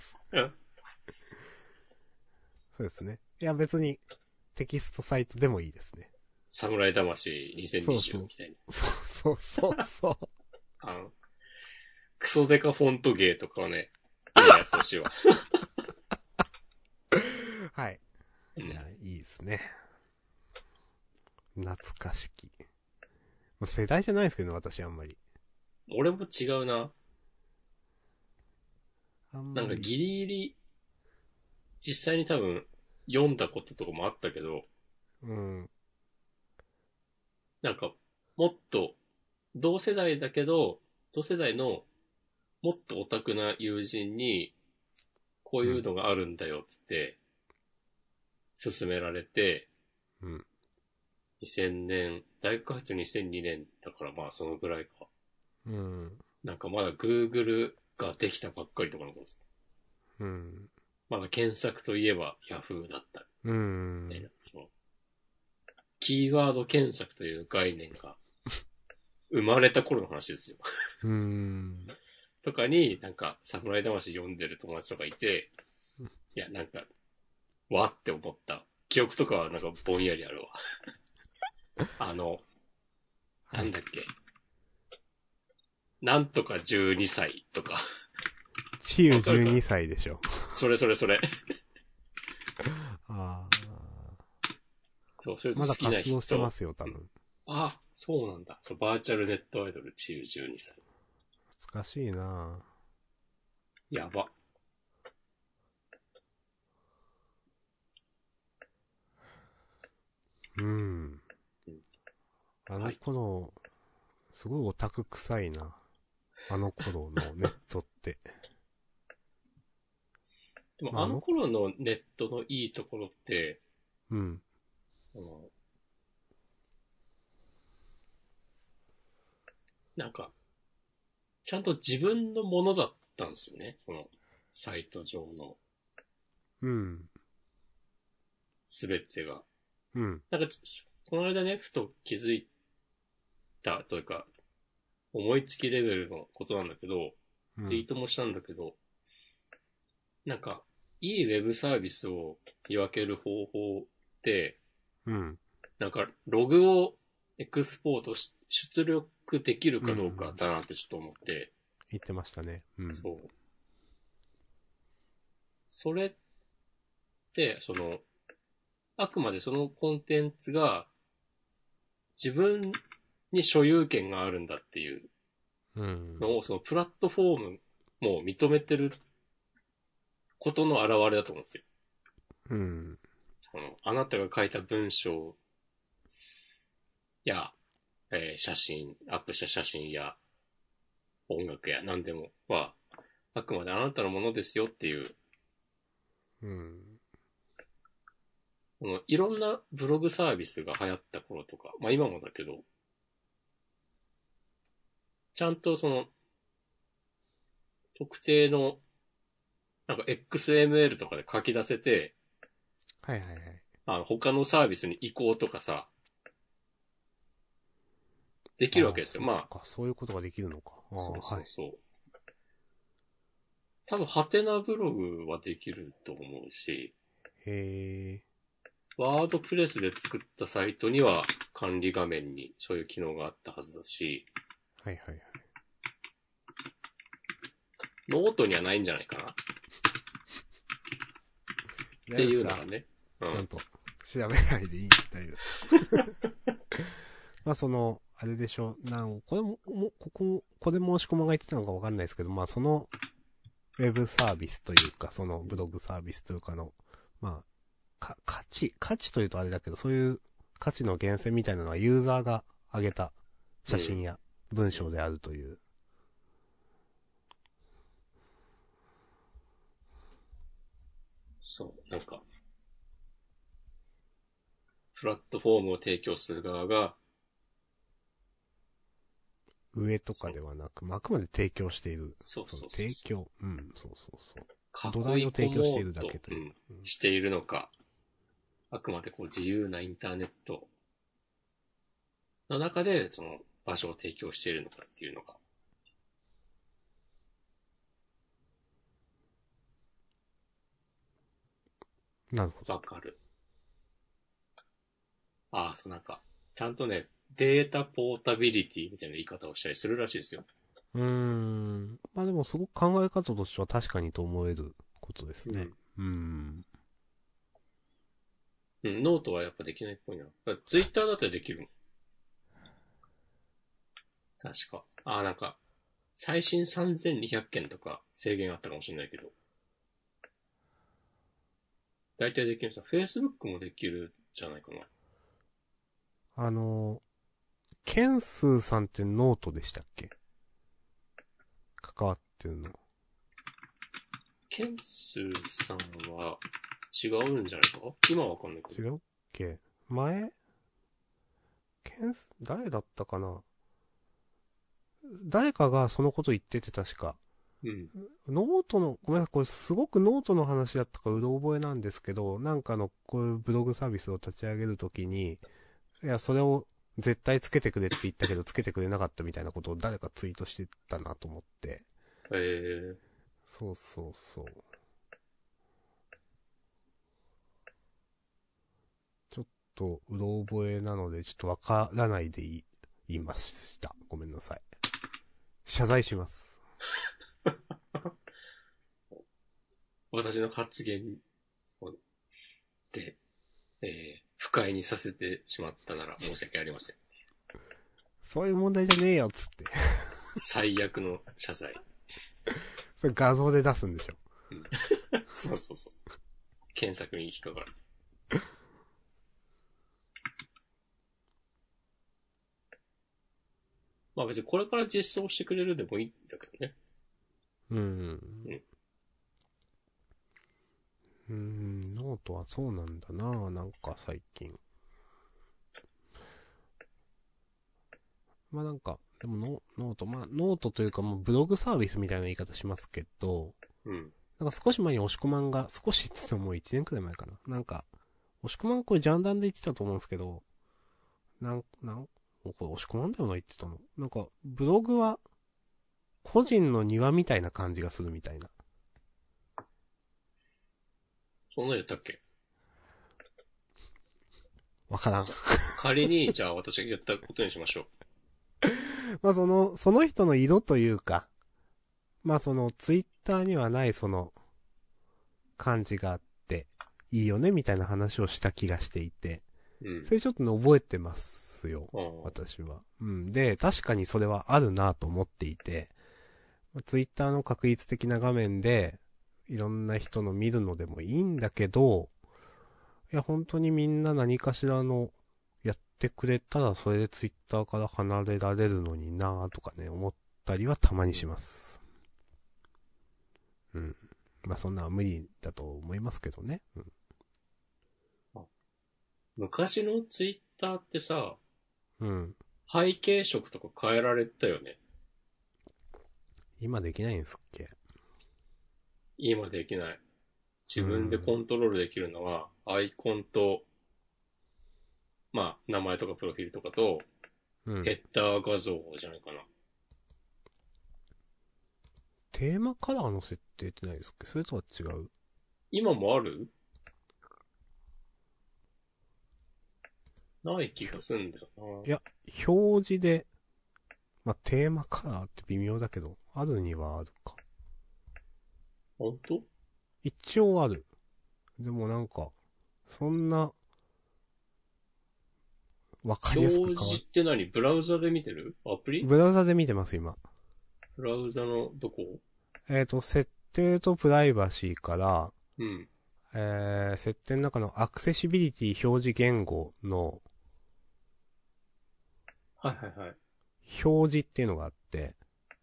Speaker 1: そうですね。いや別に、テキストサイトでもいいですね。
Speaker 2: 侍魂2020みたいな。
Speaker 1: そう。
Speaker 2: クソデカフォント芸とかはね、今やってほしいわ。
Speaker 1: はい。いや、いいですね。懐かしき。世代じゃないですけどね、私あんまり。
Speaker 2: 俺も違うな。なんかギリギリ、実際に多分読んだこととかもあったけど、なんか、もっと、同世代だけど、 同世代のもっとオタクな友人に、こういうのがあるんだよ、つって、勧められて、
Speaker 1: うん。
Speaker 2: 2000年、大学入って2002年だからまあそのぐらいか。
Speaker 1: うん。
Speaker 2: なんかまだ Google ができたばっかりとかのことです。
Speaker 1: うん。
Speaker 2: まだ検索といえば Yahoo だった
Speaker 1: う
Speaker 2: みたいな。
Speaker 1: ん。
Speaker 2: その、キーワード検索という概念が生まれた頃の話ですよ。
Speaker 1: うん。
Speaker 2: とかに、なんか、侍魂読んでる友達とかいて、いや、なんか、わって思った。記憶とかはなんかぼんやりあるわ。なんだっけ。なんとか12歳とか。
Speaker 1: 治癒12歳でしょ。
Speaker 2: それ。
Speaker 1: ああ。
Speaker 2: そう、それと
Speaker 1: まだ
Speaker 2: 好きな人。
Speaker 1: 活動してますよ、多分。
Speaker 2: あ、そうなんだ。そうバーチャルネットアイドル、治癒12歳。
Speaker 1: 懐かしいな。
Speaker 2: やば。
Speaker 1: うん。あの頃、すごいオタク臭いな。あの頃のネットって。
Speaker 2: でも、
Speaker 1: まあ、
Speaker 2: あの頃のネットのいいところって、
Speaker 1: うん。
Speaker 2: あの、なんか、ちゃんと自分のものだったんですよね。その、サイト上の
Speaker 1: うん。
Speaker 2: すべてが。
Speaker 1: うん。
Speaker 2: なんか、この間ね、ふと気づいたというか、思いつきレベルのことなんだけど、ツイートもしたんだけど、なんか、いいウェブサービスを見分ける方法って、
Speaker 1: うん。
Speaker 2: なんか、ログをエクスポートし、出力できるかどうかだなってちょっと思って、
Speaker 1: 言ってましたね。うん。
Speaker 2: そう。それって、あくまでそのコンテンツが自分に所有権があるんだっていう
Speaker 1: うん。
Speaker 2: のを、そのプラットフォームも認めてることの表れだと思うんですよ。
Speaker 1: うん。
Speaker 2: あなたが書いた文章や、写真、アップした写真や音楽や何でもは、あくまであなたのものですよっていう、
Speaker 1: うん。
Speaker 2: いろんなブログサービスが流行った頃とか、まあ今もだけど、ちゃんと特定の、なんか XML とかで書き出せて、
Speaker 1: はいはいはい。
Speaker 2: 他のサービスに移行とかさ、できるわ
Speaker 1: ああ、
Speaker 2: けですよ。
Speaker 1: そっ
Speaker 2: まあ、
Speaker 1: か、そういうことができるのか。ああ、
Speaker 2: そうそ
Speaker 1: はい。
Speaker 2: うそう。多分、ハテナブログはできると思うし、
Speaker 1: へえ。
Speaker 2: ワードプレスで作ったサイトには管理画面にそういう機能があったはずだし、
Speaker 1: はいはいはい。
Speaker 2: ノートにはないんじゃないかなっていうのがね。うん。
Speaker 1: ちゃんと調べないでいい大丈夫ですか。まああれでしょう。これも、これ申し込まが言ってたのかわかんないですけど、まあウェブサービスというか、ブログサービスというかの、まあ、価値というとあれだけど、そういう価値の源泉みたいなのはユーザーが上げた写真や文章であるという。
Speaker 2: そう、なんか、プラットフォームを提供する側が、
Speaker 1: 上とかではなく、まあ、あくまで提供している。
Speaker 2: そうそうそう
Speaker 1: 提供。うん、そうそうそう。土
Speaker 2: 囲い
Speaker 1: 台を提供しているだ
Speaker 2: 込もうと、
Speaker 1: けという。
Speaker 2: しているのか、あくまでこう自由なインターネットの中で、その場所を提供しているのかっていうのが、
Speaker 1: なるほど。
Speaker 2: わかる。ああ、そうなんか、ちゃんとね、データポータビリティみたいな言い方をしたりするらしいですよ。
Speaker 1: まあでもすごく考え方としては確かにと思えることですね。
Speaker 2: うん 。 うん、ノートはやっぱできないっぽいな。ツイッターだったらできるもん。確か。ああ、なんか、最新3200件とか制限あったかもしれないけど。大体できるさ。Facebook もできるじゃないかな。
Speaker 1: ケンスーさんってノートでしたっけ？ 関わってるの。
Speaker 2: ケンスーさんは違うんじゃないか？今はわかんないけど。
Speaker 1: 違うっけ？誰だったかな？誰かがそのこと言ってて確か。
Speaker 2: うん。
Speaker 1: ノートの、ごめんなさい、これすごくノートの話だったかうろ覚えなんですけど、なんかこういうブログサービスを立ち上げるときに、いや、それを絶対つけてくれって言ったけど、つけてくれなかったみたいなことを誰かツイートしてたなと思って。
Speaker 2: え
Speaker 1: そうそうそう。ちょっとうろ覚えなので、ちょっとわからないで言いました。ごめんなさい。謝罪します。
Speaker 2: 私の発言で、不快にさせてしまったなら申し訳ありません。
Speaker 1: そういう問題じゃねえよ、つって。
Speaker 2: 最悪の謝罪。
Speaker 1: それ画像で出すんでしょ。
Speaker 2: うん、そうそうそう。検索に引っかかる。まあ別にこれから実装してくれるでもいいんだけどね。
Speaker 1: ノートはそうなんだな、なんか最近。まあなんか、でもノート、まあノートというかもうブログサービスみたいな言い方しますけど、
Speaker 2: うん。
Speaker 1: なんか少し前に押し込まんが、少しって言ってももう1年くらい前かな。なんか、押し込まんこれジャンダンで言ってたと思うんですけど、これ押し込まんだよな言ってたの。なんか、ブログは個人の庭みたいな感じがするみたいな。
Speaker 2: そんな言ったっけ？
Speaker 1: わからん。
Speaker 2: 仮に、じゃあ私が言ったことにしましょう。
Speaker 1: まあその人の色というか、まあツイッターにはない感じがあって、いいよねみたいな話をした気がしていて、
Speaker 2: うん。
Speaker 1: それちょっとね、覚えてますよ。
Speaker 2: ああ。
Speaker 1: 私は。うん。で、確かにそれはあるなと思っていて、ツイッターの確率的な画面で、いろんな人の見るのでもいいんだけど、いや、本当にみんな何かしらやってくれたら、それでツイッターから離れられるのになぁとかね、思ったりはたまにします。うん。まあ、そんなは無理だと思いますけどね。うん。
Speaker 2: 昔のツイッターってさ、
Speaker 1: うん。
Speaker 2: 背景色とか変えられたよね。
Speaker 1: 今できないんですっけ？
Speaker 2: 今できない。
Speaker 1: う
Speaker 2: 自分でコ
Speaker 1: ん。
Speaker 2: ントロールできるのは、アイコンと、まあ、名前とかプロフィールとかと、
Speaker 1: うん。
Speaker 2: ヘッダー画像じゃないかな。
Speaker 1: テーマカラーの設定ってないですっけ？それとは違う？
Speaker 2: 今もある？ない気がすんだよな。
Speaker 1: いや、表示で、まあ、テーマカラーって微妙だけど、あるにはあるか。
Speaker 2: 本当？
Speaker 1: 一応ある。でもなんか、そんな、わかりやすく
Speaker 2: 表
Speaker 1: 変わっ、
Speaker 2: 示って何？ブラウザで見てる？アプリ？
Speaker 1: ブラウザで見てます、今。
Speaker 2: ブラウザのどこ？
Speaker 1: 設定とプライバシーから、
Speaker 2: うん。
Speaker 1: 設定の中のアクセシビリティ表示言語の
Speaker 2: はいはいはい。
Speaker 1: 表示っていうのがあって、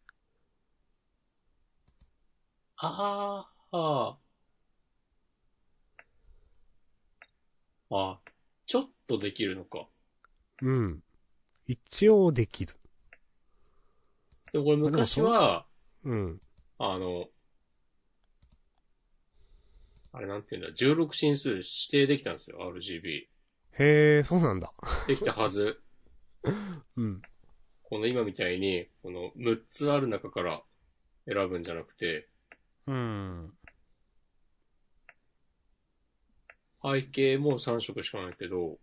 Speaker 2: ああ、ああ、ああ、ちょっとできるのか。
Speaker 1: うん。一応できる。
Speaker 2: でもこれ
Speaker 1: まあ、でも
Speaker 2: 昔は、
Speaker 1: うん。
Speaker 2: あの、あれなんていうんだ、16進数指定できたんですよ、RGB。
Speaker 1: へえ、そうなんだ。
Speaker 2: できたはず。
Speaker 1: うん。
Speaker 2: この今みたいに、この6つある中から選ぶんじゃなくて、
Speaker 1: うん。
Speaker 2: 背景も3色しかないけど、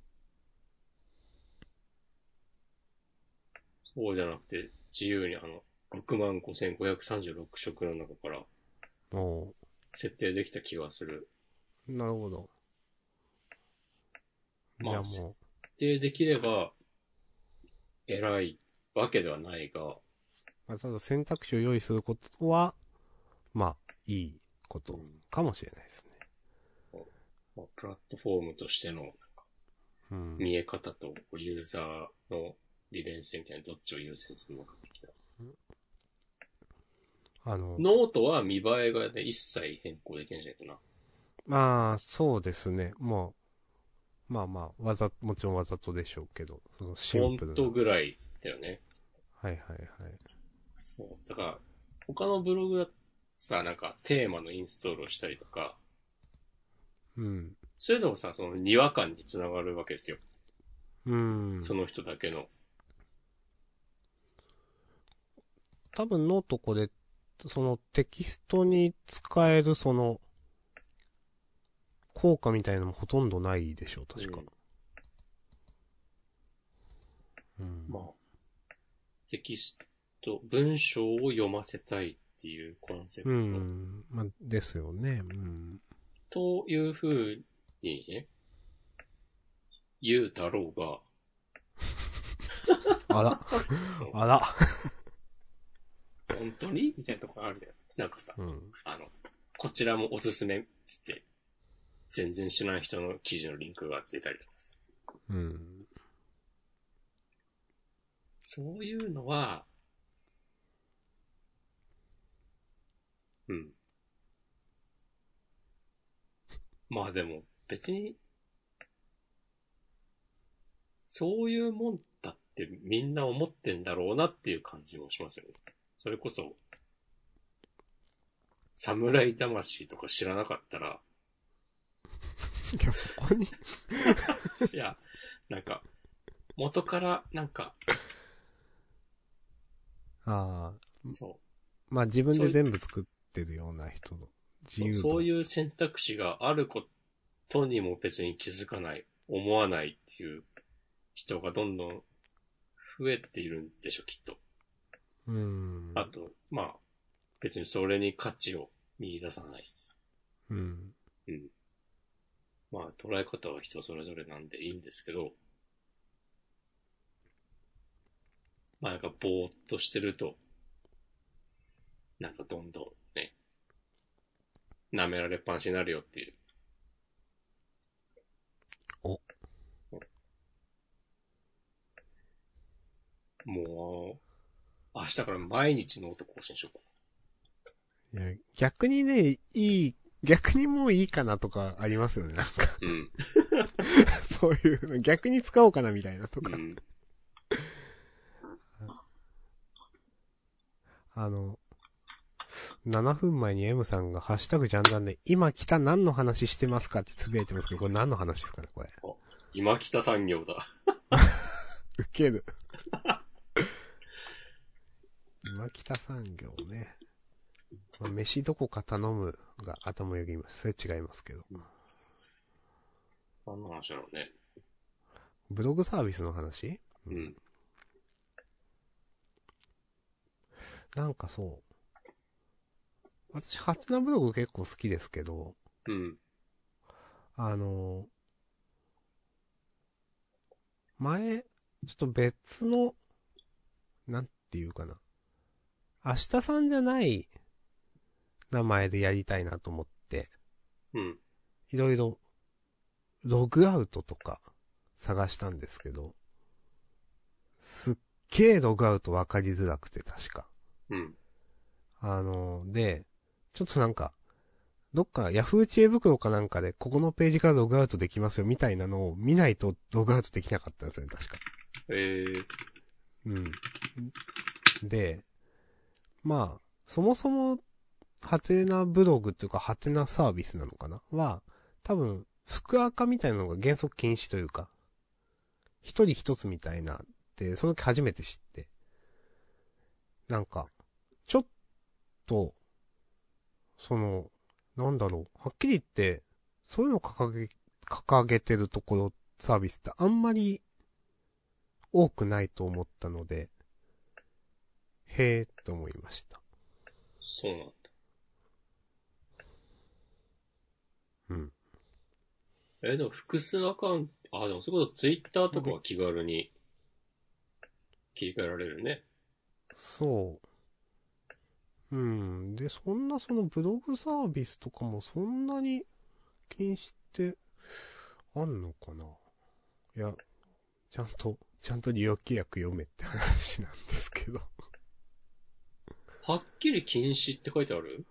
Speaker 2: そうじゃなくて、自由に65,536色の中から
Speaker 1: おー、
Speaker 2: 設定できた気がする。
Speaker 1: なるほど。じ
Speaker 2: まあ、設
Speaker 1: ゃあも
Speaker 2: 定できれば偉いわけではないが、
Speaker 1: う、まあ、ただ選択肢を用意することは、まあ、いいこと
Speaker 2: うん、
Speaker 1: かもしれないですね。
Speaker 2: まあ、プラットフォームとしての
Speaker 1: うん。
Speaker 2: 見え方とユーザーの利便性みたいなどっちを優先するのか的な。 ノートは見栄えがね、一切変更できないんじゃないかな。
Speaker 1: まあ、そうですね。もう、まあまあ、もちろんわざとでしょうけど、そのシ
Speaker 2: フォン
Speaker 1: ンプルな。
Speaker 2: トぐらいだよね。
Speaker 1: はいはいはい。
Speaker 2: そうだから、他のブログださ、なんかテーマのインストールをしたりとか、
Speaker 1: うん。
Speaker 2: それでもさ、その違和感につながるわけですよ。
Speaker 1: うん。
Speaker 2: その人だけの。
Speaker 1: 多分ノートこれ、そのテキストに使えるその、効果みたいなのもほとんどないでしょう、確か。うん。
Speaker 2: まあ、テキスト、文章を読ませたいっていうコンセプ
Speaker 1: う
Speaker 2: ト。
Speaker 1: ん。まあ、ですよね。うん。
Speaker 2: というふうにね、言うだろうが、
Speaker 1: あら。
Speaker 2: うん
Speaker 1: あら。
Speaker 2: 本当にみたいなところあるよ。なんかさ、
Speaker 1: うん。
Speaker 2: こちらもおすすめっつって、全然知らない人の記事のリンクが出たりとかさ。
Speaker 1: うん。
Speaker 2: そういうのは、うん。まあでも、別に、そういうもんだってみんな思ってんだろうなっていう感じもしますよね。それこそ、侍魂とか知らなかったら、
Speaker 1: いや、そこに
Speaker 2: いや、なんか、元から、なんか、
Speaker 1: ああ、
Speaker 2: そ
Speaker 1: まあ自
Speaker 2: う、
Speaker 1: 分で全部作ってるような人の自由度。
Speaker 2: そういう選択肢があることにも別に気づかない、思わないっていう人がどんどん増えているんでしょ、きっと。
Speaker 1: うん。
Speaker 2: あと、まあ、別にそれに価値を見出さない。
Speaker 1: うん。
Speaker 2: うん。まあ、捉え方は人それぞれなんでいいんですけど、まあなんかぼーっとしてると、なんかどんどんね、舐められっぱなしになるよっていう。
Speaker 1: お。
Speaker 2: もう、明日から毎日ノート更新しようか
Speaker 1: いや、逆にね、逆にもういいかなとかありますよね、なんか。
Speaker 2: な。うん。
Speaker 1: そういうの、逆に使おうかなみたいなとか。
Speaker 2: うん。
Speaker 1: 7分前に M さんがハッシュタグジャンダンで、今来た何の話してますかってつぶやいてますけど、これ何の話ですかね、これ。
Speaker 2: 今北産業だ。
Speaker 1: ウケる。今北産業ね。まあ、飯どこか頼むが頭よぎります。それ違いますけど。
Speaker 2: 何の話だろうね。
Speaker 1: ブログサービスの話？
Speaker 2: うん。
Speaker 1: なんかそう。私、ハテナブログ結構好きですけど、
Speaker 2: うん。
Speaker 1: あの、前、ちょっと別の、なんていうかな。明日さんじゃない名前でやりたいなと思って、
Speaker 2: うん。
Speaker 1: いろいろ、ログアウトとか探したんですけど、すっげえログアウトわかりづらくて、確か。
Speaker 2: うん。
Speaker 1: で、ちょっとなんか、どっか Yahoo 知恵袋かなんかで、ここのページからログアウトできますよみたいなのを見ないとログアウトできなかったんですよね、確か。うん。で、まあ、そもそも、ハテナブログっていうか、ハテナサービスなのかなは、多分、副アカみたいなのが原則禁止というか、一人一つみたいなって、その時初めて知って。なんか、ちょっと、なんだろう、はっきり言って、そういうのを掲げてるところ、サービスってあんまり多くないと思ったので、へーって思いました。
Speaker 2: そうなんだ。
Speaker 1: うん。
Speaker 2: でも複数アカウント、でもそれこそツイッターとかは気軽に切り替えられるね。
Speaker 1: そう。うん。で、そんなそのブログサービスとかもそんなに禁止ってあんのかな。いや、ちゃんと利用規約読めって話なんですけど。
Speaker 2: はっきり禁止って書いてある？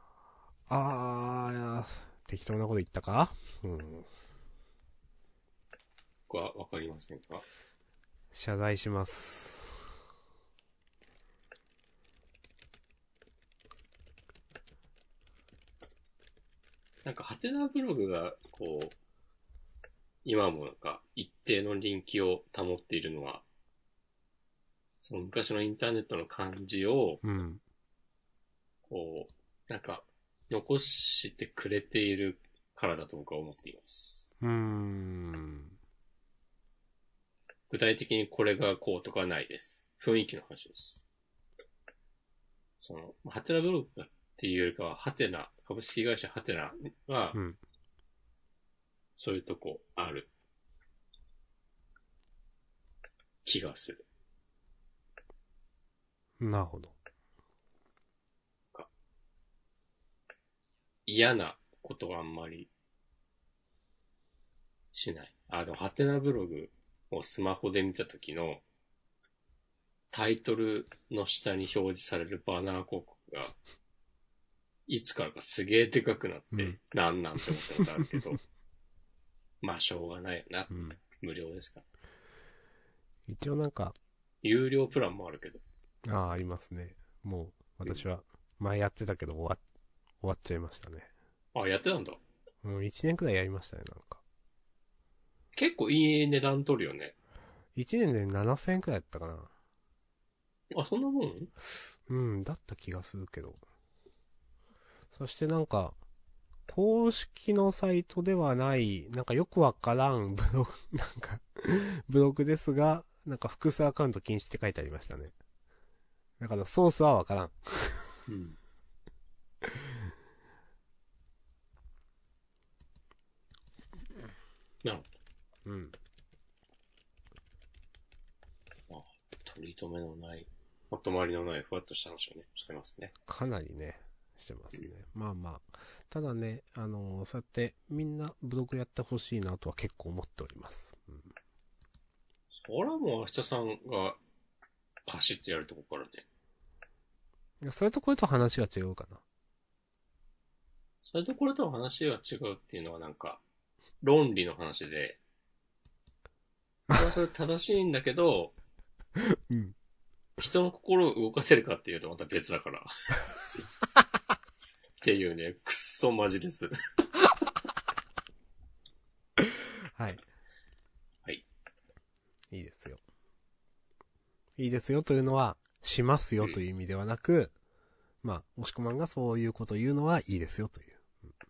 Speaker 1: 適当なこと言ったか？うん。
Speaker 2: はわかりませんか？
Speaker 1: 謝罪します。
Speaker 2: なんかハテナブログが、こう、今もなんか一定の人気を保っているのは、その昔のインターネットの感じを、
Speaker 1: うん。
Speaker 2: こう、なんか、残してくれているからだと僕は思っています。具体的にこれがこうとかはないです。雰囲気の話です。その、ハテナブログっていうよりかは、ハテナ、株式会社ハテナが、
Speaker 1: うん。
Speaker 2: そういうとこある気がする。
Speaker 1: なるほど。
Speaker 2: 嫌なことはあんまりしない。でもハテナブログをスマホで見たときのタイトルの下に表示されるバナー広告がいつからかすげえでかくなって、なんなんて思ったことあるけど、まあしょうがないよな。無料ですから。
Speaker 1: 一応なんか、
Speaker 2: 有料プランもあるけど。
Speaker 1: ありますね。もう、私は、前やってたけど終わっちゃいましたね。
Speaker 2: やってたんだ。
Speaker 1: 1年くらいやりましたね、なんか。
Speaker 2: 結構いい値段取るよね。
Speaker 1: 1年で7000円くらいだったかな。
Speaker 2: そんなもん？
Speaker 1: だった気がするけど。そしてなんか、公式のサイトではない、なんかよくわからんブログですが、なんか複数アカウント禁止って書いてありましたね。だからソースはわからん。
Speaker 2: うん。なるほ
Speaker 1: ど。うん。
Speaker 2: 取り留めのない、まとまりのないふわっとした話をね、してますね。
Speaker 1: かなりね、してますね。まあまあ。ただね、そうやってみんなブログやってほしいなとは結構思っております。
Speaker 2: それはもう明日さんがパシッとやるとこからね。
Speaker 1: いや、それとこれと話が違うかな。
Speaker 2: それとこれとは話が違うっていうのはなんか、論理の話で、それはそれ正しいんだけど、
Speaker 1: うん。
Speaker 2: 人の心を動かせるかっていうとまた別だから。っていうね、くっそマジです。
Speaker 1: はい。
Speaker 2: はい。
Speaker 1: いいですよ。いいですよというのは、しますよという意味ではなく、まあ、もしくまんがそういうことを言うのはいいですよという。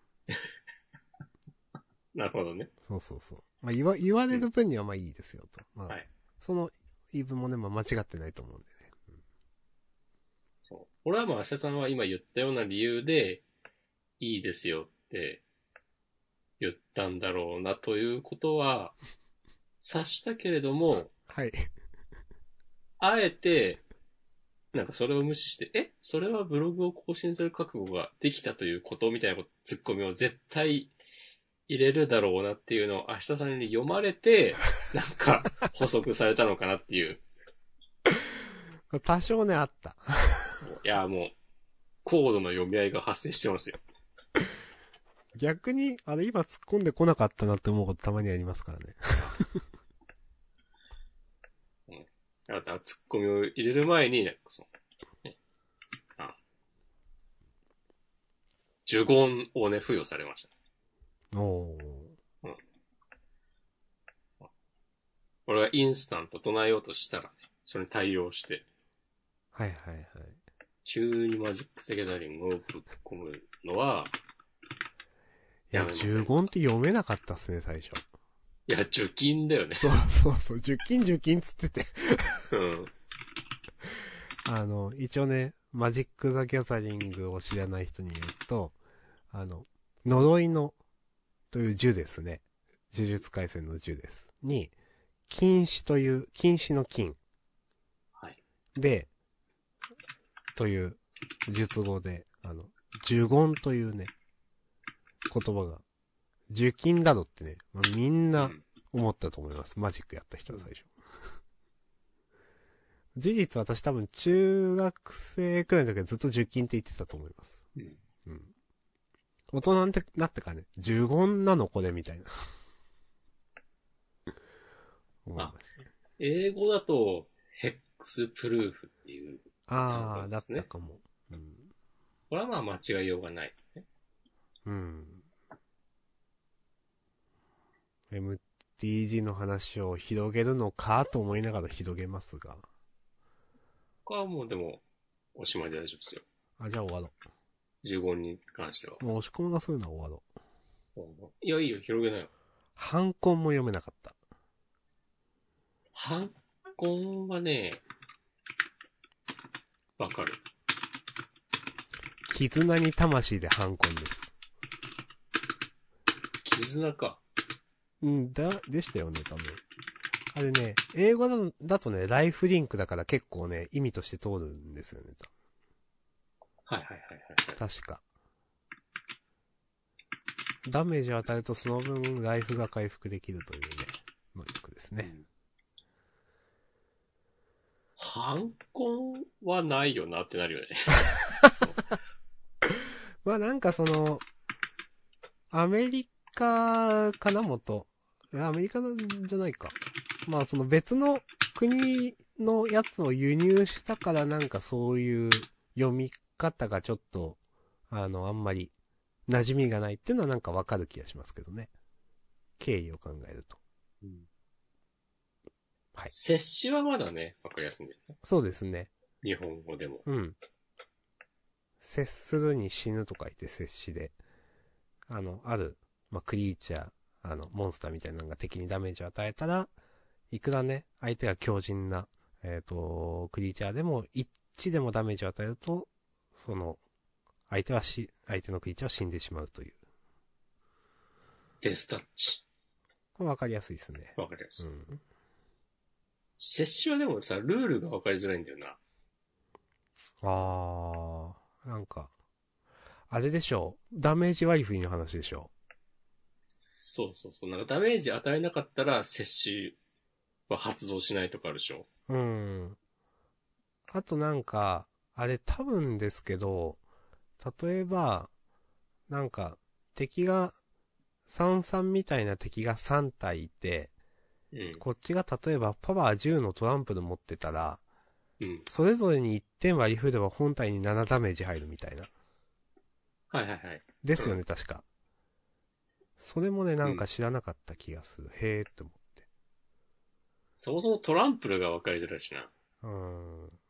Speaker 2: なるほどね。
Speaker 1: そうそうそう。まあ、言われる分にはまあいいですよと。まあ、
Speaker 2: はい。
Speaker 1: その言い分もね、まあ間違ってないと思うんでね。
Speaker 2: そう。俺はもう明日さんは今言ったような理由で、いいですよって言ったんだろうなということは、察したけれども、
Speaker 1: はい。
Speaker 2: あえて、なんかそれを無視して、それはブログを更新する覚悟ができたということみたいなツッコミを絶対入れるだろうなっていうのを明日さんに読まれて、なんか補足されたのかなっていう。
Speaker 1: 多少ね、あった。
Speaker 2: いや、もう、コードの読み合いが発生してますよ。
Speaker 1: 逆に、今突っ込んでこなかったなって思うことたまにありますからね。
Speaker 2: だからツッコミを入れる前に、ね、呪言をね、付与されました。
Speaker 1: おー。
Speaker 2: 俺がインスタント唱えようとしたらね、それに対応して。
Speaker 1: はいはいはい。
Speaker 2: 急にマジック・ザ・ギャザリングをぶっ込むのは、
Speaker 1: いや、呪言って読めなかったっすね、最初。
Speaker 2: いや、受金だよね。
Speaker 1: そうそうそう、受金つってて。
Speaker 2: うん。
Speaker 1: 一応ね、マジック・ザ・ギャザリングを知らない人に言うと、呪いの、という呪ですね。呪術廻戦の呪です。に、禁止という、禁止の禁。
Speaker 2: はい。
Speaker 1: で、という術語で、呪言というね、言葉が、受金だろってね、まあ、みんな思ったと思います。マジックやった人は最初。 事実私多分中学生くらいの時はずっと受金って言ってたと思います。
Speaker 2: うん。
Speaker 1: うん。大人なんてなってからね、呪言なのこれみたいな。思いました。
Speaker 2: 英語だと、ヘックスプルーフっていう単語
Speaker 1: あー、だっ
Speaker 2: なんですね。
Speaker 1: たかも。うん。
Speaker 2: これはまあ間違いようがない、ね。
Speaker 1: うん。MTG の話を広げるのかと思いながら広げますが。
Speaker 2: ここはもうでも、おしまいで大丈夫ですよ。
Speaker 1: あ、じゃあ終わろ
Speaker 2: 15に関しては。
Speaker 1: う。もう押し込むがそういうのは終わろう。
Speaker 2: いや、いいよ、広げなよ。
Speaker 1: ハンコンも読めなかった。
Speaker 2: ハンコンはね、わかる。
Speaker 1: 絆に魂でハンコンです。
Speaker 2: 絆か。
Speaker 1: うんでしたよね、多分。あれね、英語だとね、ライフリンクだから結構ね、意味として通るんですよね、
Speaker 2: はいはいはいはい。
Speaker 1: 確か。ダメージを与えるとその分ライフが回復できるというね、能力ですね。
Speaker 2: ハンコンはないよなってなるよね。
Speaker 1: まあなんかその、アメリカかな元。アメリカじゃないか。まあその別の国のやつを輸入したからなんかそういう読み方がちょっと、あんまり馴染みがないっていうのはなんかわかる気がしますけどね。経緯を考えると。
Speaker 2: うん、
Speaker 1: はい。
Speaker 2: 接しはまだね、わかりやすいんだよね。
Speaker 1: そうですね。
Speaker 2: 日本語でも。
Speaker 1: うん。接するに死ぬとか言って接しで、ある、まあ、クリーチャー、モンスターみたいなのが敵にダメージを与えたら、いくらね、相手が強靭な、クリーチャーでも、1でもダメージを与えると、その、相手のクリーチャーは死んでしまうという。
Speaker 2: デスタッチ。
Speaker 1: これわかりやすいですね。
Speaker 2: わかりやすい。
Speaker 1: うん。
Speaker 2: 接しはでもさ、ルールがわかりづらいんだよな。
Speaker 1: なんか、あれでしょう。ダメージ割り振りの話でしょ
Speaker 2: そうそうそう。なんかダメージ与えなかったら、接しは発動しないとかあるでしょ。
Speaker 1: う。うん。あとなんか、あれ多分ですけど、例えば、なんか、敵が、33みたいな敵が3体いて、
Speaker 2: うん。
Speaker 1: こっちが例えばパワー10のトランプル持ってたら、
Speaker 2: うん。
Speaker 1: それぞれに1点割り振れば本体に7ダメージ入るみたいな。
Speaker 2: はいはいはい。
Speaker 1: ですよね、
Speaker 2: うん、
Speaker 1: 確か。それもね、なんか知らなかった気がする。へーって思って。
Speaker 2: そもそもトランプルがわかりづらいしな。
Speaker 1: もう、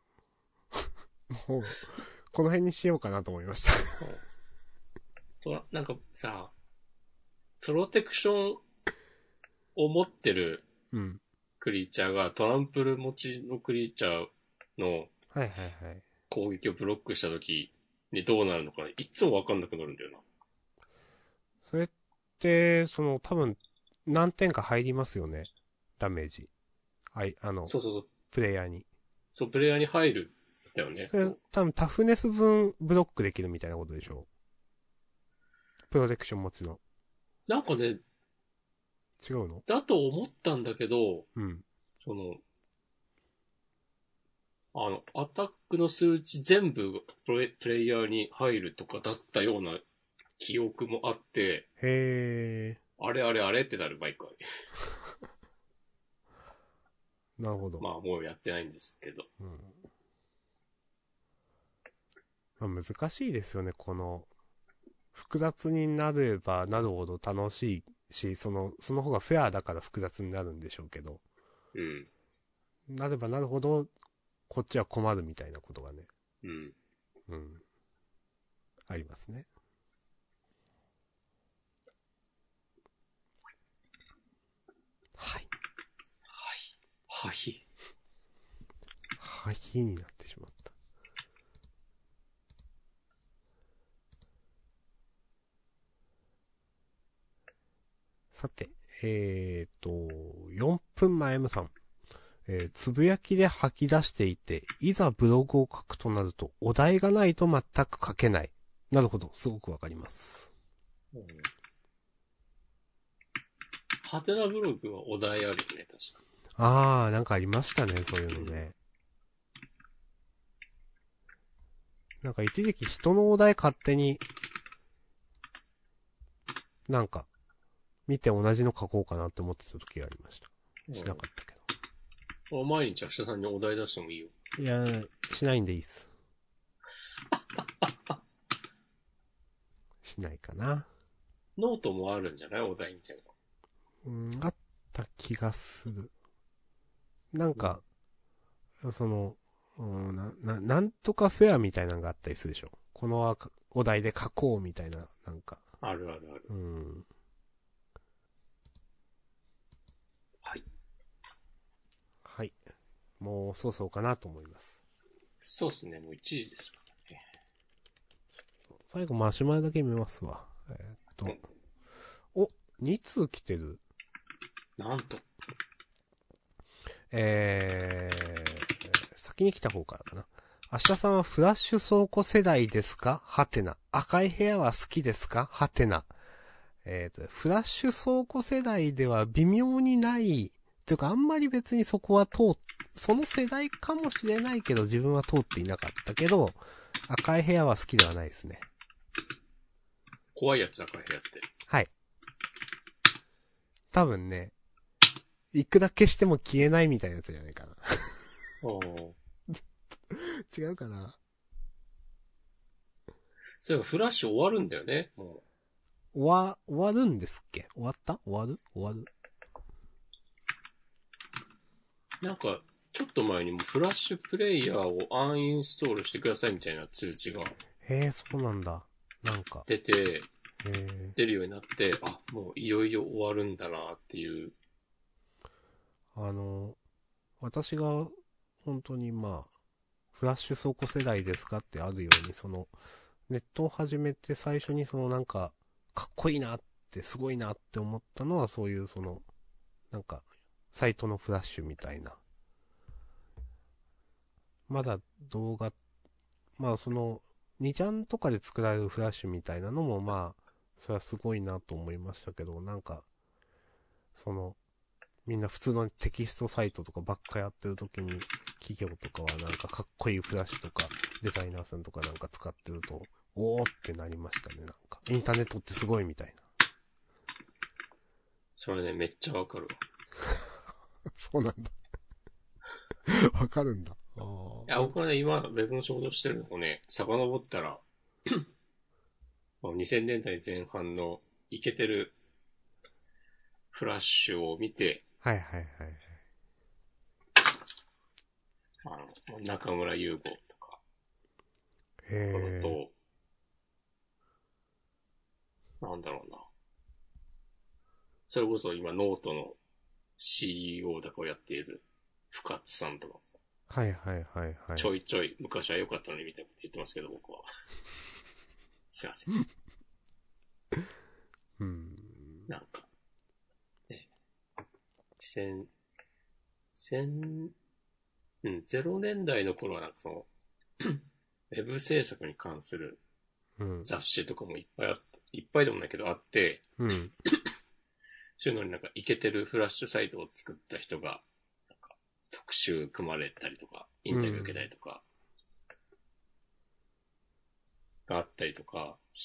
Speaker 1: この辺にしようかなと思いました。
Speaker 2: なんかさ、プロテクションを持ってる
Speaker 1: うん。
Speaker 2: クリーチャーがトランプル持ちのクリーチャーの
Speaker 1: はいはいはい。
Speaker 2: 攻撃をブロックした時にどうなるのかいつもわかんなくなるんだよな。
Speaker 1: それって、多分、何点か入りますよね。ダメージ。はい、
Speaker 2: そうそうそう。
Speaker 1: プレイヤーに。
Speaker 2: そう、プレイヤーに入るんだよね。
Speaker 1: それ、多分タフネス分ブロックできるみたいなことでしょう。プロテクション持ちの。
Speaker 2: なんかね、
Speaker 1: 違うの？
Speaker 2: だと思ったんだけど、
Speaker 1: うん。
Speaker 2: その、アタックの数値全部プレイヤーに入るとかだったような記憶もあって、
Speaker 1: へ
Speaker 2: あれあれあれってなる毎回。
Speaker 1: ー。なるほど。
Speaker 2: まあもうやってないんですけど。
Speaker 1: うん。まあ、難しいですよね、この、複雑になればなるほど楽しいし、その方がフェアだから複雑になるんでしょうけど、
Speaker 2: うん。
Speaker 1: なればなるほど、こっちは困るみたいなことがね、
Speaker 2: うん。
Speaker 1: うん。ありますね。はい。
Speaker 2: はい。はい。
Speaker 1: はいになってしまった。さて、4分前 M さん。つぶやきで吐き出していて、いざブログを書くとなると、お題がないと全く書けない。なるほど、すごくわかります。
Speaker 2: うん、ハテナブログはお題あるよね、確か。
Speaker 1: なんかありましたね、そういうのね。 なんか一時期人のお題勝手に、なんか、見て同じの書こうかなって思ってた時がありました。しなかったけ
Speaker 2: 毎日明日さんにお題出してもいいよ。
Speaker 1: ど。いや、しないんでいいっす。しないかな。
Speaker 2: ノートもあるんじゃないお題みたいな。
Speaker 1: あった気がする。なんか、その、なんとかフェアみたいなのがあったりするでしょ。このお題で書こうみたいな、なんか。
Speaker 2: あるあるある。はい。
Speaker 1: はい。もうそろそろかなと思います。
Speaker 2: そうっすね、もう1時ですからね。
Speaker 1: 最後マシュマロだけ見ますわ。お、2通来てる。
Speaker 2: なんと。
Speaker 1: 先に来た方からかな。明日さんはフラッシュ倉庫世代ですかはてな。赤い部屋は好きですかはてな。フラッシュ倉庫世代では微妙にない、というかあんまり別にそこはその世代かもしれないけど自分は通っていなかったけど、赤い部屋は好きではないですね。
Speaker 2: 怖いやつ赤い部屋って。
Speaker 1: はい。多分ね、いくら消しても消えないみたいなやつじゃないかな。違うかな。
Speaker 2: そういえばフラッシュ終わるんだよね、もう。
Speaker 1: 終わるんですっけ終わった終わる
Speaker 2: なんか、ちょっと前にもフラッシュプレイヤーをアンインストールしてくださいみたいな通知が
Speaker 1: へえ、そうなんだ。なんか。
Speaker 2: 出て、出るようになって、あ、もういよいよ終わるんだなっていう。
Speaker 1: 私が本当にまあ、フラッシュ倉庫世代ですかってあるように、ネットを始めて最初になんか、かっこいいなって、すごいなって思ったのはそういうなんか、サイトのフラッシュみたいな。まだ動画、まあ2ちゃんとかで作られるフラッシュみたいなのもまあ、それはすごいなと思いましたけど、なんか、みんな普通のテキストサイトとかばっかやってる時に、企業とかはなんかかっこいいフラッシュとか、デザイナーさんとかなんか使ってると、おーってなりましたね、なんか。インターネットってすごいみたいな。
Speaker 2: それね、めっちゃわかるわ。
Speaker 1: そうなんだ。わかるんだ。
Speaker 2: いや、僕はね、今、ウェブの仕事してるのをね、遡ったら、2000年代前半のイケてるフラッシュを見て、
Speaker 1: はいはいはい。
Speaker 2: 中村優吾とか、
Speaker 1: へー。
Speaker 2: なんだろうな。それこそ今ノートの CEO だかをやっている深津さんとか、
Speaker 1: はいはいはいはい。
Speaker 2: ちょいちょい昔は良かったのにみたいなこと言ってますけど、僕は。すいません。なんか、ね、0年代の頃はなんかウェブ制作に関する雑誌とかもいっぱいあって、いっぱいでもないけどあって、そういうのになんかイケてるフラッシュサイトを作った人が、なんか特集組まれたりとか、インタビュー受けたりとか、があったりとかして、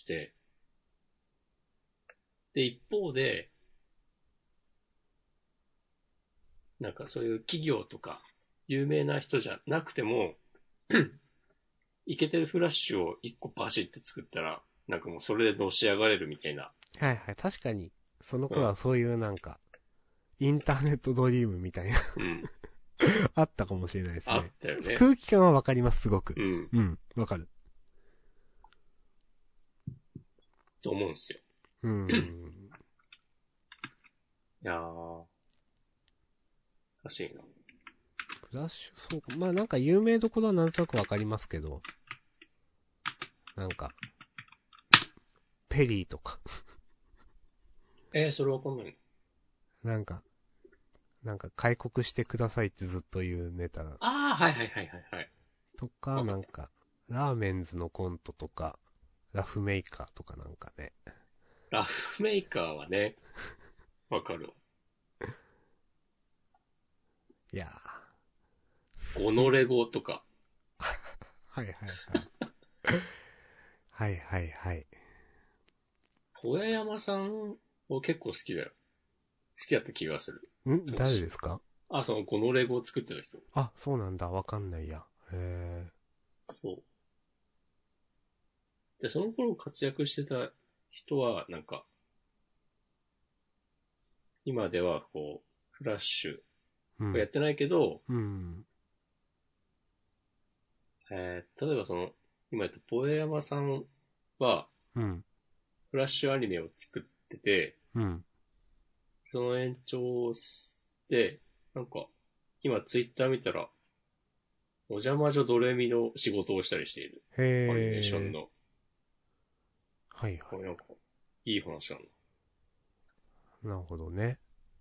Speaker 2: で、一方で、なんかそういう企業とか、有名な人じゃなくても、イケてるフラッシュを一個バシって作ったら、なんかもうそれでのし上がれるみたいな。
Speaker 1: はいはい。確かに、その頃はそういうなんか、インターネットドリームみたいなあったかもしれないですね。
Speaker 2: あったよね。
Speaker 1: 空気感はわかります、すごく。わかる。
Speaker 2: と思うんですよ。いやー、難しいな。
Speaker 1: フラッシュ、そうか。まあなんか有名どころはなんとなくわかりますけど、なんか、ペリーとか
Speaker 2: それわかんない
Speaker 1: のなんか開国してくださいってずっと言うネタ。
Speaker 2: はいはいはいはい。
Speaker 1: とか、なんか、ラーメンズのコントとか、ラフメーカーとかなんかね。
Speaker 2: ラフメーカーはね、わかるわ。
Speaker 1: いや
Speaker 2: ゴノレゴとか。
Speaker 1: はいはいはい。 はいはいはい。
Speaker 2: 小屋山さんを結構好きだよ。好きだった気がする。当時。
Speaker 1: 誰ですか？
Speaker 2: あ、そのゴノレゴを作ってた人。
Speaker 1: あ、そうなんだ。わかんないや。へ
Speaker 2: そう。で、その頃活躍してた人は、なんか、今ではこう、フラッシュ
Speaker 1: うん。
Speaker 2: をやってないけど、
Speaker 1: うん。
Speaker 2: 例えば今言ったポエヤマさんは、
Speaker 1: うん。
Speaker 2: フラッシュアニメを作ってて、
Speaker 1: うん。
Speaker 2: その延長で、なんか、今ツイッター見たら、お邪魔女ドレミの仕事をしたりしている。アニメーション
Speaker 1: へー。
Speaker 2: の。
Speaker 1: はいは
Speaker 2: これなんか、いい話なんだ。
Speaker 1: い。なるほどね。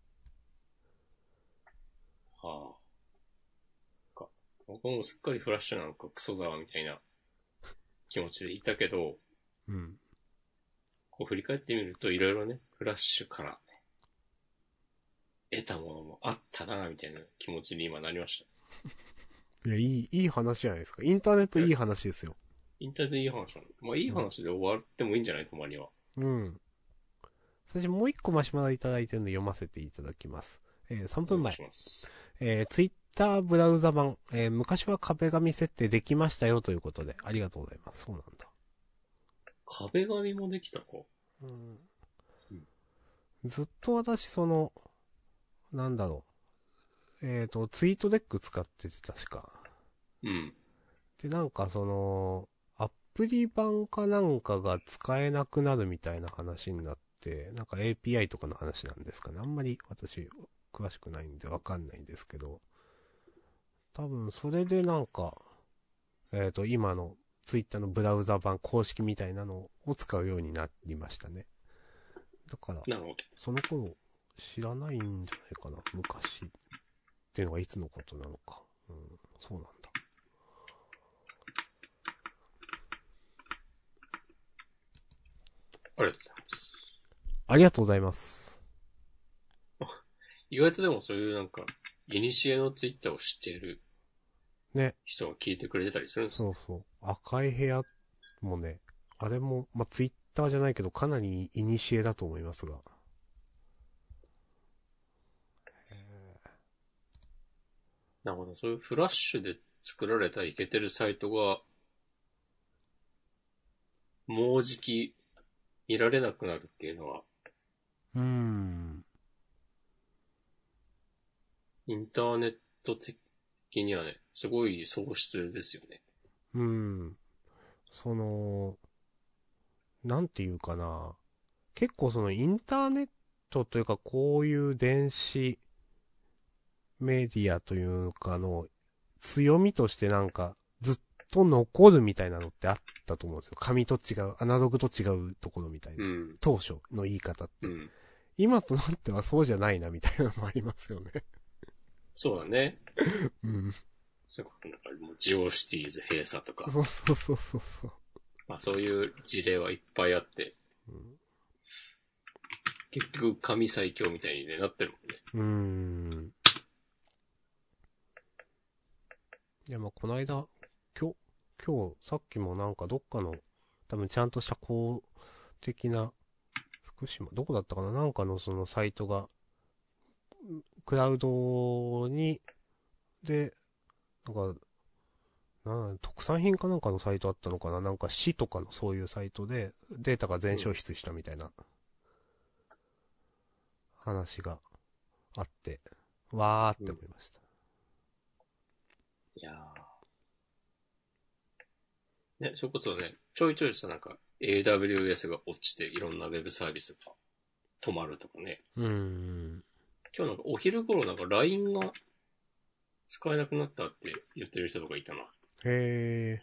Speaker 2: はあ。僕もすっかりフラッシュなんかクソだわみたいな気持ちでいたけど、
Speaker 1: うん。
Speaker 2: こう振り返ってみるといろいろね、フラッシュから、ね、得たものもあったなみたいな気持ちに今なりました。
Speaker 1: いや、いい話じゃないですか。インターネットいい話ですよ。
Speaker 2: インターネットいい話なの。まあいい
Speaker 1: うん。
Speaker 2: 話で終わってもいいんじゃないたまには。
Speaker 1: うん。私もう一個マシュマロいただいてるんで読ませていただきます。3分前。
Speaker 2: お願いします。
Speaker 1: ツイッターブラウザ版、昔は壁紙設定できましたよということで、ありがとうございます。そうなんだ。
Speaker 2: 壁紙もできたか。
Speaker 1: うん、
Speaker 2: うん。
Speaker 1: ずっと私、なんだろう。ツイートデック使ってて確か。
Speaker 2: うん。
Speaker 1: で、アプリ版かなんかが使えなくなるみたいな話になって、なんか API とかの話なんですかね。あんまり私、詳しくないんでわかんないんですけど、多分それでなんか、今のツイッターのブラウザ版公式みたいなのを使うようになりましたね。だから、
Speaker 2: なるほど。
Speaker 1: その頃知らないんじゃないかな。昔っていうのがいつのことなのか。うん、そうなんだ。
Speaker 2: ありがとうございます。
Speaker 1: ありがとうございます。
Speaker 2: 意外とでもそういうなんか、イニシエのツイッターを知っている
Speaker 1: ね。
Speaker 2: 人が聞いてくれてたりするんですね。
Speaker 1: そうそう。赤い部屋もね、あれも、まあ、ツイッターじゃないけど、かなりイニシエだと思いますが。
Speaker 2: なるほど。そういうフラッシュで作られたイケてるサイトが、もうじき見られなくなるっていうのは、
Speaker 1: うーん。
Speaker 2: インターネット的にはね、すごい喪失ですよね。
Speaker 1: うーん。その、なんていうかな。結構インターネットというか、こういう電子メディアというかの強みとしてなんか、ずっと残るみたいなのってあったと思うんですよ。紙と違う、アナログと違うところみたいな。
Speaker 2: うん。
Speaker 1: 当初の言い方って。
Speaker 2: うん。
Speaker 1: 今となってはそうじゃないなみたいなのもありますよね。
Speaker 2: そうだね。
Speaker 1: うん。
Speaker 2: そういうことなんか、もうジオシティーズ閉鎖とか、
Speaker 1: そうそうそうそうそう。
Speaker 2: まあそういう事例はいっぱいあって、
Speaker 1: うん、
Speaker 2: 結局紙最強みたいに、ね、なってるもんね。
Speaker 1: うーん。いや、まあ、この間、今日、さっきもなんかどっかの、多分ちゃんとした公的な、福島、どこだったかななんかのそのサイトが、クラウドに、で、なんか、特産品かなんかのサイトあったのかななんか市とかのそういうサイトでデータが全
Speaker 2: うん。
Speaker 1: 消失したみたいな話があって、わーっ
Speaker 2: うん。
Speaker 1: て思いました。
Speaker 2: いやー。ね、それこそね、ちょいちょいさ、なんか AWS が落ちていろんなウェブサービスが止まるとかね。
Speaker 1: うーん。
Speaker 2: 今日なんかお昼頃なんか LINE が使えなくなったって言ってる人とかいたな。
Speaker 1: へ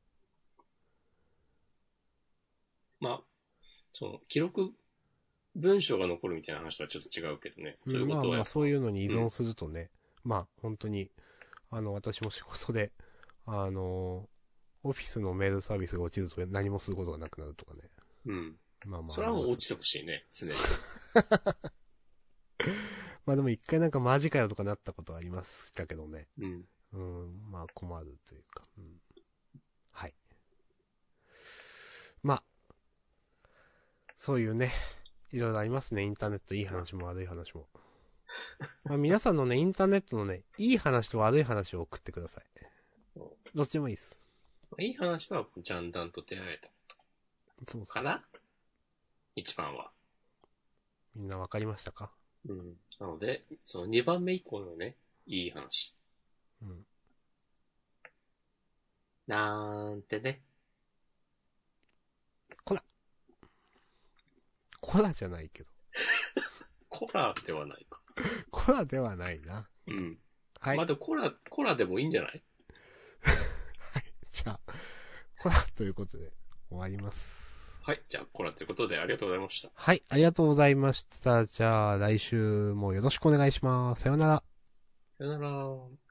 Speaker 2: まあ、記録文章が残るみたいな話とはちょっと違うけどね。
Speaker 1: ー。
Speaker 2: そういうこ
Speaker 1: まあまあ、
Speaker 2: とはやっぱ、
Speaker 1: そういうのに依
Speaker 2: うん。
Speaker 1: 存するとね、まあ、本当に、私も仕事で、あの、オフィスのメールサービスが落ちると何もすることがなくなるとかね。
Speaker 2: うん。
Speaker 1: まあまあ
Speaker 2: それは
Speaker 1: あります。
Speaker 2: もう落ちてほしいね、常に。
Speaker 1: まあでも一回なんかマジかよとかなったことはありましたけどね。
Speaker 2: うん。
Speaker 1: うん、まあ困るというか。うん、はい。 まあ、そういうね、いろいろありますね。インターネットいい話も悪い話も。まあ皆さんのね、インターネットのね、いい話と悪い話を送ってください。どっちでもいいです。
Speaker 2: いい話は、ジャンダンと出会えたこ
Speaker 1: そうそう。
Speaker 2: とかな一番は。
Speaker 1: みんなわかりましたか？
Speaker 2: うん。なので、その2番目以降のね、いい話。
Speaker 1: うん。
Speaker 2: なんてね。
Speaker 1: コラじゃないけど。
Speaker 2: コラではないか。
Speaker 1: コラではないな。
Speaker 2: うん。
Speaker 1: はい。
Speaker 2: まあ、でもコラでもいいんじゃない？
Speaker 1: はい。じゃあ、コラということで終わります。
Speaker 2: はい。じゃあ、コラということでありがとうございました。
Speaker 1: はい。ありがとうございました。じゃあ、来週もよろしくお願いします。さようなら。
Speaker 2: さよなら。